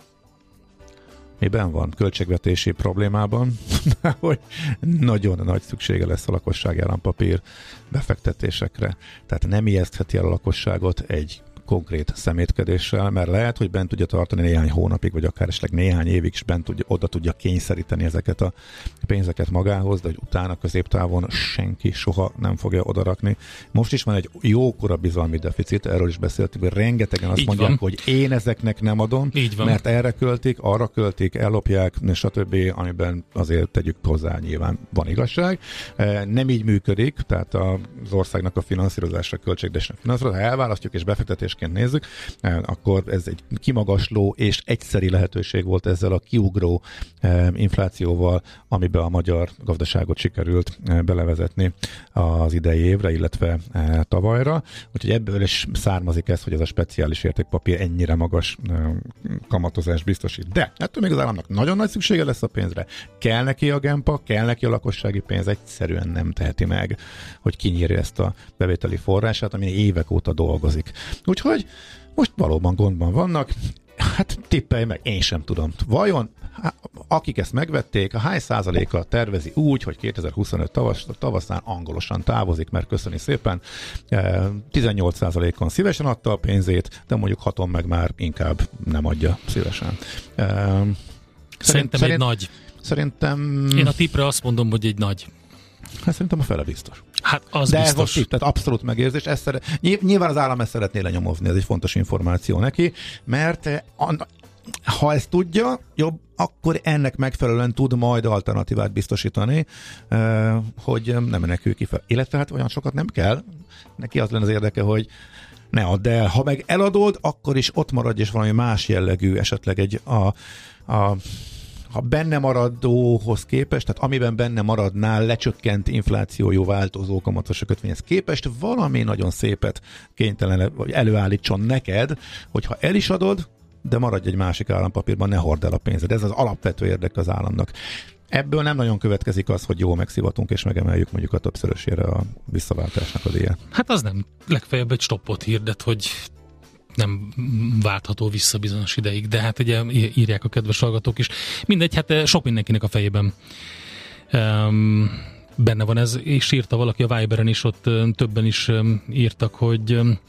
miben van? Költségvetési problémában, hogy nagyon nagy szüksége lesz a lakossági állampapír befektetésekre. Tehát nem ijesztheti el a lakosságot egy konkrét szemétkedéssel, mert lehet, hogy bent tudja tartani néhány hónapig, vagy akár esetleg néhány évig is bent tudja, oda tudja kényszeríteni ezeket a pénzeket magához, de hogy utána középtávon senki soha nem fogja odarakni. Most is van egy jókora bizalmi deficit, erről is beszéltünk, hogy rengetegen azt így mondják, van. hogy én ezeknek nem adom, mert erre költik, arra költik, ellopják, stb., amiben azért tegyük hozzá, nyilván van igazság. Nem így működik, tehát az országnak a finanszírozásra, költségdésre finanszírozásra, ha elválasztjuk és befektetés nézzük, akkor ez egy kimagasló és egyszeri lehetőség volt ezzel a kiugró inflációval, amiben a magyar gazdaságot sikerült belevezetni az idei évre, illetve tavalyra. Úgyhogy ebből is származik ez, hogy ez a speciális értékpapír ennyire magas kamatozást biztosít. De ettől még az államnak nagyon nagy szüksége lesz a pénzre. Kell neki a gempa, kell neki a lakossági pénz, egyszerűen nem teheti meg, hogy kinyírja ezt a bevételi forrását, ami évek óta dolgozik. Úgyhogy hogy most valóban gondban vannak, hát tippelj meg, én sem tudom. Vajon, akik ezt megvették, a hány százaléka tervezi úgy, hogy kétezer-huszonöt tavasz, tavaszán angolosan távozik, mert köszöni szépen, tizennyolc százalékon szívesen adta a pénzét, de mondjuk haton meg már inkább nem adja szívesen. Szerintem szerint, egy szerint, nagy. Szerintem... Én a tippre azt mondom, hogy egy nagy. Hát szerintem a fele biztos. Hát az de biztos. Ez most így, tehát abszolút megérzés. Ezt szere... Nyilván az állam ezt szeretné lenyomozni, ez egy fontos információ neki, mert ha ezt tudja, jobb, akkor ennek megfelelően tud majd alternatívát biztosítani, hogy nem menekül ki fel. Illetve hát olyan sokat nem kell. Neki az lenne az érdeke, hogy ne add el. Ha meg eladod, akkor is ott maradj, és valami más jellegű, esetleg egy a, a ha benne maradóhoz képest, tehát amiben benne maradnál lecsökkent inflációjú változó kamatos kötvényhez képest valami nagyon szépet kénytelen vagy előállítson neked, hogyha el is adod, de maradj egy másik állampapírban, ne hord el a pénzed. Ez az alapvető érdek az államnak. Ebből nem nagyon következik az, hogy jó megszivatunk és megemeljük mondjuk a többszörösére a visszaváltásnak a díját. Hát az nem. Legfeljebb egy stoppot hirdet, hogy nem váltható vissza bizonyos ideig, de hát ugye írják a kedves hallgatók is. Mindegy, hát sok mindenkinek a fejében um, benne van ez, és írta valaki a Viberen is, ott többen is um, írtak, hogy um,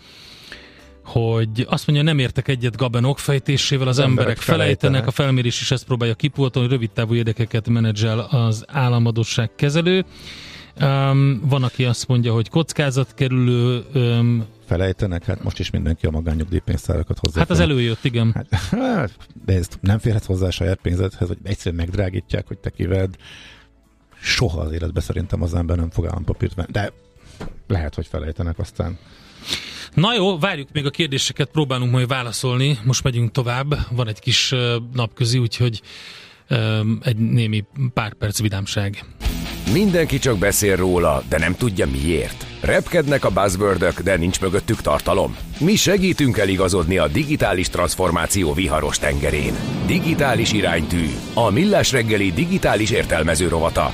hogy azt mondja, nem értek egyet Gabenok fejtésével, az, az emberek, emberek felejtenek, felejtenek, a felmérés is ezt próbálja kipótolni, rövid távú érdekeket menedzsel az államadósság kezelő. Um, van, aki azt mondja, hogy kockázatkerülő um, felejtenek, hát most is mindenki a magánnyugdíjpénztárakat hozzá. Hát az előjött, igen. Hát, de ez nem férhetsz hozzá a saját pénzedhez, hogy egyszerűen megdrágítják, hogy te kivedd. Soha az életben szerintem az ember nem fog állampapírt venni, de lehet, hogy felejtenek aztán. Na jó, várjuk még a kérdéseket, próbálunk majd válaszolni. Most megyünk tovább, van egy kis napközi, úgyhogy egy némi pár perc vidámság. Mindenki csak beszél róla, de nem tudja miért. Repkednek a buzzwordök, de nincs mögöttük tartalom. Mi segítünk eligazodni a digitális transformáció viharos tengerén. Digitális iránytű, a Millás reggeli digitális értelmező rovata.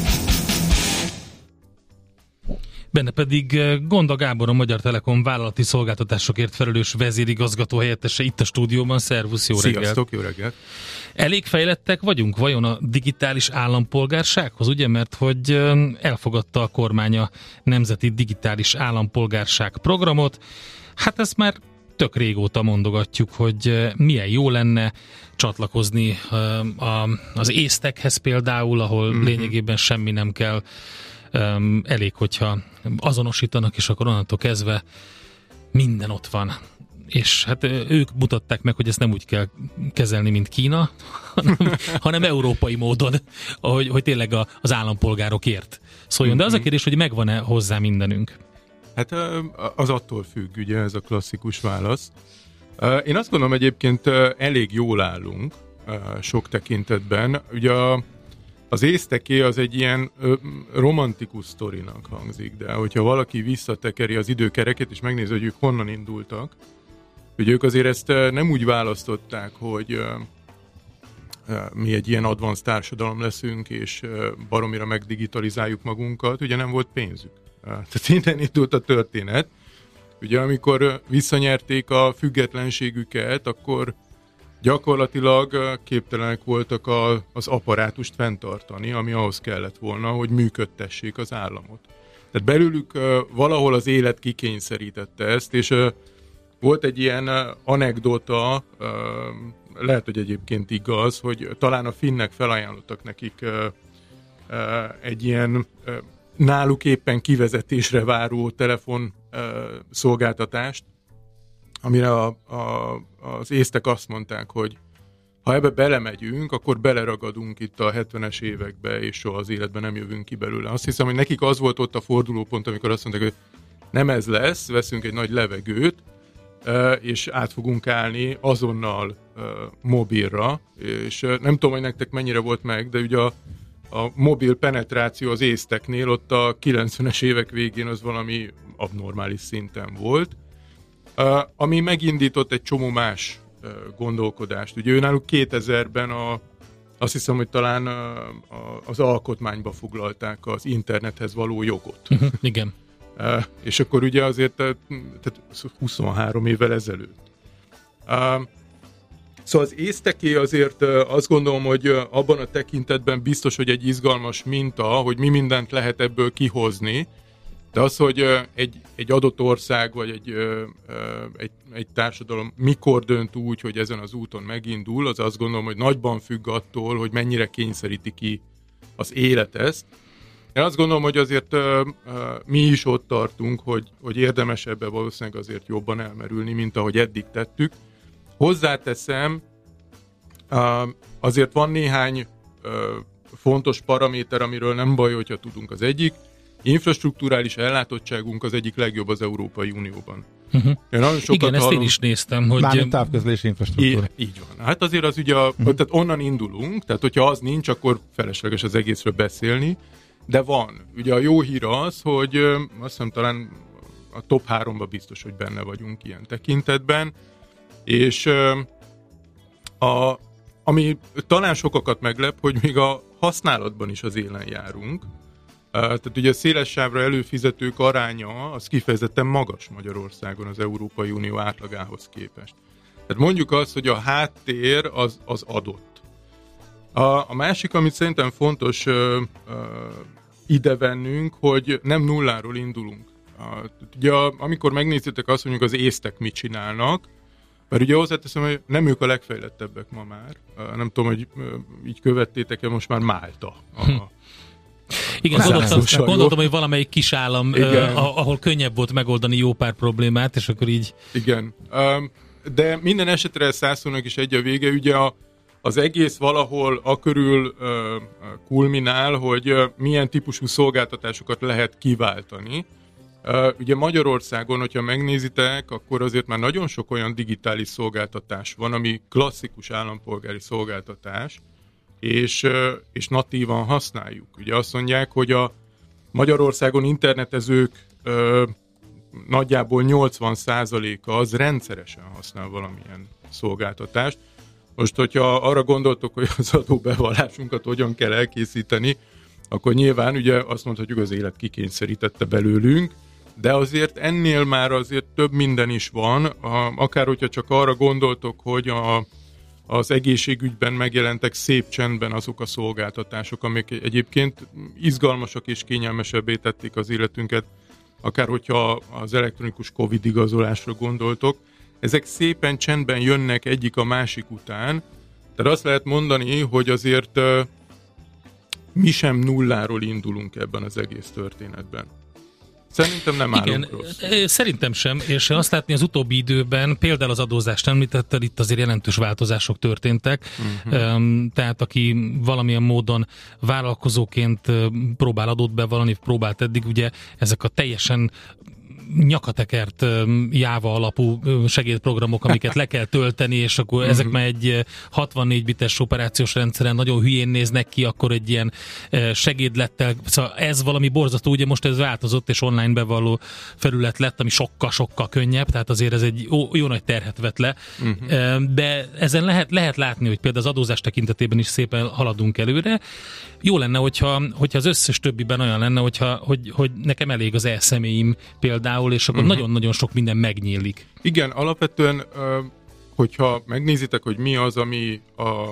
Benne pedig Gonda Gábor, a Magyar Telekom vállalati szolgáltatásokért felelős vezérigazgató helyettese itt a stúdióban. Szervusz, jó reggelt! Sziasztok, jó reggelt! Elég fejlettek vagyunk vajon a digitális állampolgársághoz, ugye? Mert hogy elfogadta a kormány a Nemzeti Digitális Állampolgárság programot. Hát ezt már tök régóta mondogatjuk, hogy milyen jó lenne csatlakozni az észtekhez például, ahol mm-hmm. lényegében semmi nem kell. Um, elég, hogyha azonosítanak, és akkor onnantól kezdve minden ott van. És hát ők mutatták meg, hogy ezt nem úgy kell kezelni, mint Kína, hanem, hanem európai módon, hogy, hogy tényleg a, az állampolgárokért szóljon. De az a kérdés, hogy megvan-e hozzá mindenünk? Hát az attól függ, ugye ez a klasszikus válasz. Én azt gondolom, egyébként elég jól állunk sok tekintetben. Ugye a Az észteké az egy ilyen ö, romantikus sztorinak hangzik, de hogyha valaki visszatekeri az időkereket, és megnézi, hogy ők honnan indultak, hogy ők azért ezt nem úgy választották, hogy ö, ö, mi egy ilyen advanced társadalom leszünk, és ö, baromira megdigitalizáljuk magunkat, ugye nem volt pénzük. Tehát innen indult a történet. Ugye amikor visszanyerték a függetlenségüket, akkor gyakorlatilag képtelenek voltak a, az apparátust fenntartani, ami ahhoz kellett volna, hogy működtessék az államot. Tehát belőlük uh, valahol az élet kikényszerítette ezt, és uh, volt egy ilyen uh, anekdota, uh, lehet, hogy egyébként igaz, hogy talán a finnek felajánlottak nekik uh, uh, egy ilyen uh, náluk éppen kivezetésre váró telefon uh, szolgáltatást, amire a, a, az észtek azt mondták, hogy ha ebbe belemegyünk, akkor beleragadunk itt a hetvenes évekbe, és soha az életben nem jövünk ki belőle. Azt hiszem, hogy nekik az volt ott a fordulópont, amikor azt mondták, hogy nem ez lesz, veszünk egy nagy levegőt, és át fogunk állni azonnal mobilra, és nem tudom, hogy nektek mennyire volt meg, de ugye a, a mobil penetráció az észteknél ott a kilencvenes évek végén az valami abnormális szinten volt, Uh, ami megindított egy csomó más uh, gondolkodást. Ugye ő náluk kétezerben a, azt hiszem, hogy talán uh, a, az alkotmányba foglalták az internethez való jogot. Uh-huh, igen. Uh, és akkor ugye azért tehát huszonhárom évvel ezelőtt. Uh, szóval az észteké azért uh, azt gondolom, hogy uh, abban a tekintetben biztos, hogy egy izgalmas minta, hogy mi mindent lehet ebből kihozni. De az, hogy egy, egy adott ország, vagy egy, egy, egy társadalom mikor dönt úgy, hogy ezen az úton megindul, az azt gondolom, hogy nagyban függ attól, hogy mennyire kényszeríti ki az élet ezt. Én azt gondolom, hogy azért mi is ott tartunk, hogy, hogy érdemes ebbe valószínűleg azért jobban elmerülni, mint ahogy eddig tettük. Hozzáteszem, azért van néhány fontos paraméter, amiről nem baj, hogyha tudunk. Az egyik, infrastrukturális ellátottságunk az egyik legjobb az Európai Unióban. Uh-huh. Igen, ezt én is néztem, hogy... Mármint távközlési infrastruktúra. Így, így van. Hát azért az ugye, a, uh-huh. tehát onnan indulunk, tehát hogyha az nincs, akkor felesleges az egészről beszélni, de van. Ugye a jó hír az, hogy azt hiszem talán a top háromba biztos, hogy benne vagyunk ilyen tekintetben, és a, ami talán sokakat meglep, hogy még a használatban is az élen járunk. Tehát ugye a széles sávra előfizetők aránya az kifejezetten magas Magyarországon az Európai Unió átlagához képest. Tehát mondjuk azt, hogy a háttér az, az adott. A, a másik, amit szerintem fontos ö, ö, idevennünk, hogy nem nulláról indulunk. A, ugye amikor megnézitek azt, mondjuk az észtek mit csinálnak, mert ugye hozzáteszem, hogy nem ők a legfejlettebbek ma már. Nem tudom, hogy így követtétek-e, most már Málta a, igen, gondoltam, gondoltam, hogy valamelyik kis állam, uh, ahol könnyebb volt megoldani jó pár problémát, és akkor így... Igen, um, de minden esetre százszónak is egy a vége, ugye a, az egész valahol akörül uh, kulminál, hogy uh, milyen típusú szolgáltatásokat lehet kiváltani. Uh, ugye Magyarországon, hogyha megnézitek, akkor azért már nagyon sok olyan digitális szolgáltatás van, ami klasszikus állampolgári szolgáltatás, és, uh, és natívan használjuk. Ugye azt mondják, hogy a Magyarországon internetezők uh, nagyjából nyolcvan százaléka az rendszeresen használ valamilyen szolgáltatást. Most, hogyha arra gondoltok, hogy az adóbevallásunkat hogyan kell elkészíteni, akkor nyilván ugye azt mondhatjuk, az élet kikényszerítette belőlünk, de azért ennél már azért több minden is van, akár hogyha csak arra gondoltok, hogy a, az egészségügyben megjelentek szép csendben azok a szolgáltatások, amik egyébként izgalmasak és kényelmesebbé tették az életünket, akár hogyha az elektronikus Covid igazolásra gondoltok, ezek szépen csendben jönnek egyik a másik után, tehát azt lehet mondani, hogy azért uh, mi sem nulláról indulunk ebben az egész történetben. Szerintem nem állunk Igen, rossz. Szerintem sem, és azt látni az utóbbi időben, például az adózást említetted, itt azért jelentős változások történtek, uh-huh. tehát aki valamilyen módon vállalkozóként próbál adót bevallani, próbált eddig, ugye ezek a teljesen nyakatekert Java alapú segédprogramok, amiket le kell tölteni, és akkor ezek már egy hatvannégy bites operációs rendszeren nagyon hülyén néznek ki, akkor egy ilyen segédlettel, szóval ez valami borzasztó, ugye most ez változott, és online bevalló felület lett, ami sokkal-sokkal könnyebb, tehát azért ez egy jó, jó nagy terhet vett le, uh-huh. de ezen lehet, lehet látni, hogy például az adózás tekintetében is szépen haladunk előre. Jó lenne, hogyha, hogyha az összes többiben olyan lenne, hogyha, hogy, hogy nekem elég az e-személyim például, és akkor uh-huh. nagyon-nagyon sok minden megnyílik. Igen, alapvetően, hogyha megnézitek, hogy mi az, ami a, a,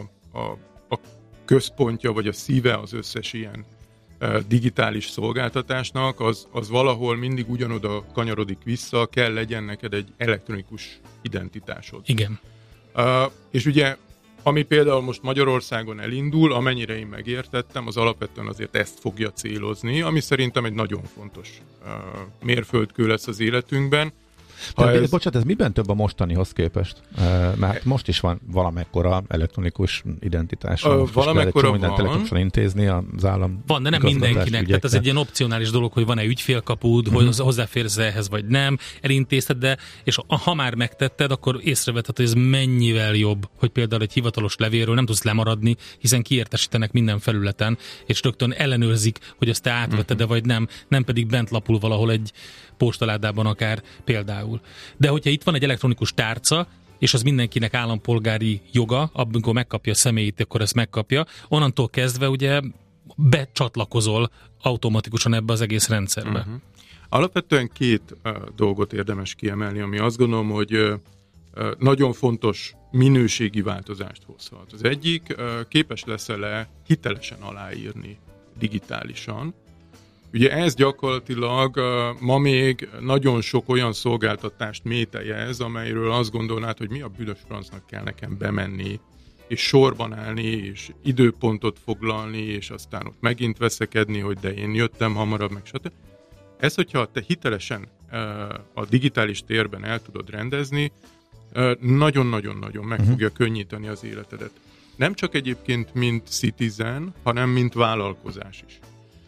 a központja, vagy a szíve az összes ilyen digitális szolgáltatásnak, az, az valahol mindig ugyanoda kanyarodik vissza, kell legyen neked egy elektronikus identitásod. Igen. Uh, és ugye, ami például most Magyarországon elindul, amennyire én megértettem, az alapvetően azért ezt fogja célozni, ami szerintem egy nagyon fontos uh, mérföldkő lesz az életünkben. De, ez... Bocsánat, ez miben több a mostanihoz képest? Uh, mert most is van valamekkora elektronikus identitás. Uh, valamekkora van. Mindent elektronikusan intézni az állam. Van, de nem mindenkinek. Tehát ez egy ilyen opcionális dolog, hogy van-e ügyfélkapud, uh-huh. hogy hozzáférsz ehhez, vagy nem. Elintézted, de és ha már megtetted, akkor észrevetted, hogy ez mennyivel jobb, hogy például egy hivatalos levélről nem tudsz lemaradni, hiszen kiértesítenek minden felületen, és rögtön ellenőrzik, hogy ezt te átvetted-e, vagy nem, nem pedig bent lapul valahol egy postaládában akár például. De hogyha itt van egy elektronikus tárca, és az mindenkinek állampolgári joga, amikor megkapja a személyét, akkor ezt megkapja, onnantól kezdve ugye becsatlakozol automatikusan ebbe az egész rendszerbe. Uh-huh. Alapvetően két uh, dolgot érdemes kiemelni, ami azt gondolom, hogy uh, nagyon fontos minőségi változást hozhat. Az egyik, uh, képes leszel-e hitelesen aláírni digitálisan. Ugye ez gyakorlatilag uh, ma még nagyon sok olyan szolgáltatást mételjez, amelyről azt gondolnád, hogy mi a büdös francnak kell nekem bemenni, és sorban állni, és időpontot foglalni, és aztán ott megint veszekedni, hogy de én jöttem hamarabb, meg stb. Ez, hogyha te hitelesen uh, a digitális térben el tudod rendezni, uh, nagyon-nagyon-nagyon meg uh-huh. fogja könnyíteni az életedet. Nem csak egyébként, mint citizen, hanem mint vállalkozás is.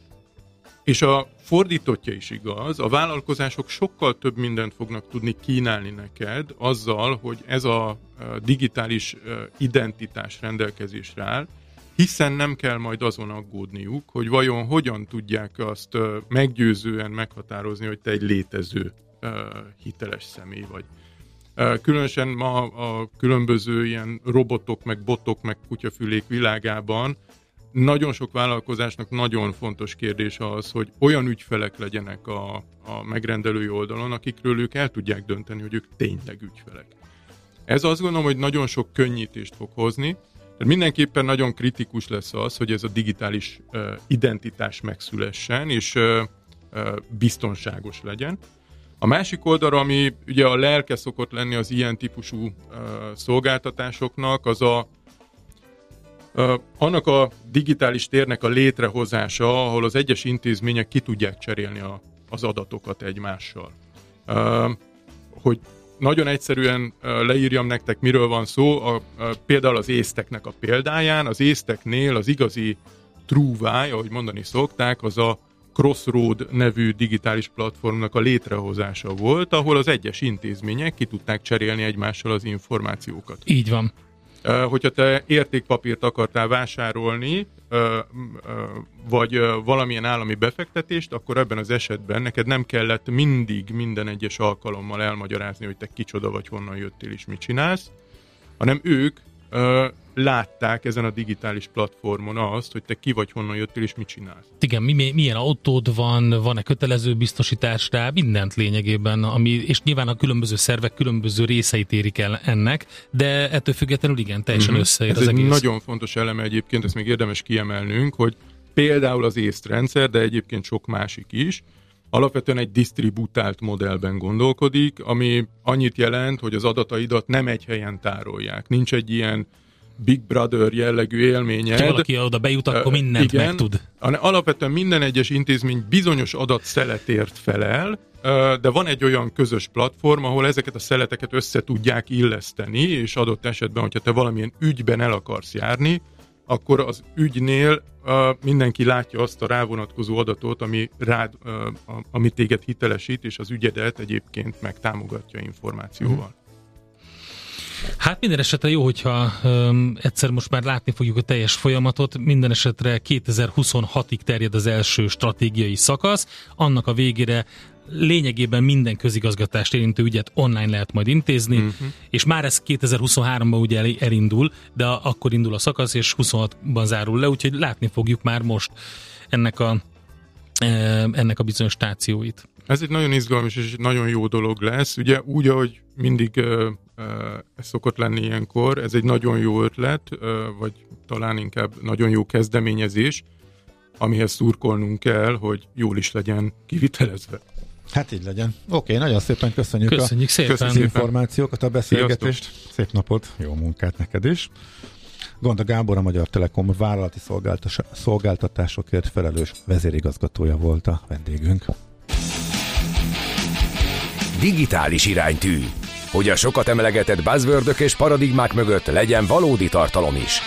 És a fordítottja is igaz, a vállalkozások sokkal több mindent fognak tudni kínálni neked azzal, hogy ez a digitális identitás rendelkezésre áll, hiszen nem kell majd azon aggódniuk, hogy vajon hogyan tudják azt meggyőzően meghatározni, hogy te egy létező hiteles személy vagy. Különösen ma a különböző ilyen robotok, meg botok, meg kutyafülék világában nagyon sok vállalkozásnak nagyon fontos kérdés az, hogy olyan ügyfelek legyenek a, a megrendelői oldalon, akikről ők el tudják dönteni, hogy ők tényleg ügyfelek. Ez azt gondolom, hogy nagyon sok könnyítést fog hozni, de mindenképpen nagyon kritikus lesz az, hogy ez a digitális uh, identitás megszülessen, és uh, uh, biztonságos legyen. A másik oldalra, ami ugye a lelke szokott lenni az ilyen típusú uh, szolgáltatásoknak, az a Uh, annak a digitális térnek a létrehozása, ahol az egyes intézmények ki tudják cserélni a, az adatokat egymással. Uh, hogy nagyon egyszerűen uh, leírjam nektek, miről van szó, a, a, például az észteknek a példáján, az észteknél az igazi trúváj, ahogy mondani szokták, az a Crossroad nevű digitális platformnak a létrehozása volt, ahol az egyes intézmények ki tudták cserélni egymással az információkat. Így van. Uh, hogyha te értékpapírt akartál vásárolni, uh, uh, vagy uh, valamilyen állami befektetést, akkor ebben az esetben neked nem kellett mindig minden egyes alkalommal elmagyarázni, hogy te kicsoda vagy, honnan jöttél és mit csinálsz, hanem ők uh, látták ezen a digitális platformon azt, hogy te ki vagy, honnan jöttél és mit csinálsz. Igen, mi, milyen autód van, van-e kötelező biztosítás rá, mindent lényegében, ami, és nyilván a különböző szervek különböző részeit érik el ennek, de ettől függetlenül igen, teljesen mm-hmm. összeér Ez az egy egész. Nagyon fontos eleme egyébként, ezt még érdemes kiemelnünk, hogy például az észrendszer, de egyébként sok másik is, alapvetően egy disztribútált modellben gondolkodik, ami annyit jelent, hogy az adataidat nem egy helyen tárolják. Nincs egy ilyen Big Brother jellegű élményed. Ha valaki oda bejut, akkor mindent igen, megtud. Alapvetően minden egyes intézmény bizonyos adatszeletért felel, de van egy olyan közös platform, ahol ezeket a szeleteket össze tudják illeszteni, és adott esetben, hogyha te valamilyen ügyben el akarsz járni, akkor az ügynél uh, mindenki látja azt a rávonatkozó adatot, ami rád, uh, ami téged hitelesít, és az ügyedet egyébként megtámogatja információval. Hát minden esetre jó, hogyha um, egyszer most már látni fogjuk a teljes folyamatot, minden esetre kétezer-huszonhatig terjed az első stratégiai szakasz, annak a végére lényegében minden közigazgatást érintő ügyet online lehet majd intézni, uh-huh. és már ez kétezer-huszonháromban ugye elindul, de akkor indul a szakasz, és huszonhatban zárul le, úgyhogy látni fogjuk már most ennek a, ennek a bizonyos stációit. Ez egy nagyon izgalmas és egy nagyon jó dolog lesz. Ugye úgy, ahogy mindig uh, uh, ez szokott lenni ilyenkor, ez egy nagyon jó ötlet, uh, vagy talán inkább nagyon jó kezdeményezés, amihez szurkolnunk kell, hogy jól is legyen kivitelezve. Hát így legyen. Oké, nagyon szépen köszönjük, köszönjük a szépen. az információkat, a beszélgetést. Sziasztok. Szép napot, jó munkát neked is. Gonda Gábor, a Magyar Telekom vállalati szolgáltatásokért felelős vezérigazgatója volt a vendégünk. Digitális iránytű. Hogy a sokat emlegetett buzzwordök és paradigmák mögött legyen valódi tartalom is.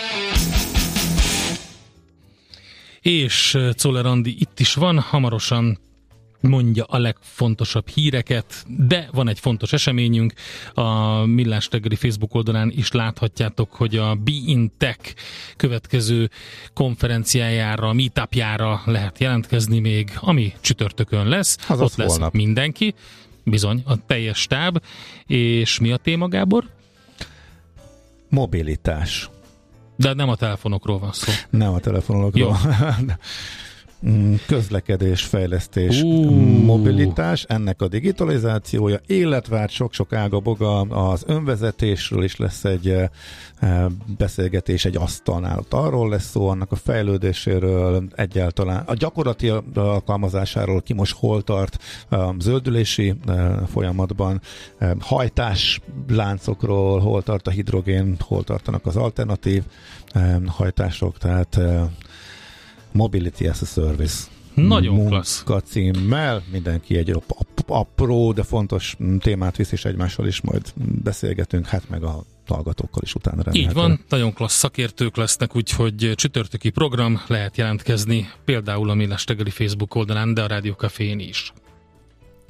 És Czoller Andi itt is van, hamarosan mondja a legfontosabb híreket, de van egy fontos eseményünk, a Millás reggeli Facebook oldalán is láthatjátok, hogy a Be in Tech következő konferenciájára, meetupjára lehet jelentkezni még, ami csütörtökön lesz, azaz ott lesz holnap. Mindenki, bizony, a teljes stáb, és mi a téma, Gábor? Mobilitás. De nem a telefonokról van szó. Nem a telefonokról. Közlekedés, fejlesztés, uh. mobilitás, ennek a digitalizációja, életvárt, sok-sok ága-boga, az önvezetésről is lesz egy e, beszélgetés egy asztalnál, ott arról lesz szó, annak a fejlődéséről, egyáltalán a gyakorlati alkalmazásáról, ki most hol tart a zöldülési e, folyamatban, e, hajtásláncokról, hol tart a hidrogén, hol tartanak az alternatív e, hajtások, tehát e, Mobility as a Service. Nagyon klassz. Munkacímmel mindenki egy apró, de fontos témát visz, és egymással is majd beszélgetünk, hát meg a hallgatókkal is utána remélhetően. Így van, nagyon klassz szakértők lesznek, úgyhogy csütörtöki program, lehet jelentkezni például a Millás reggeli Facebook oldalán, de a Rádió Cafén is.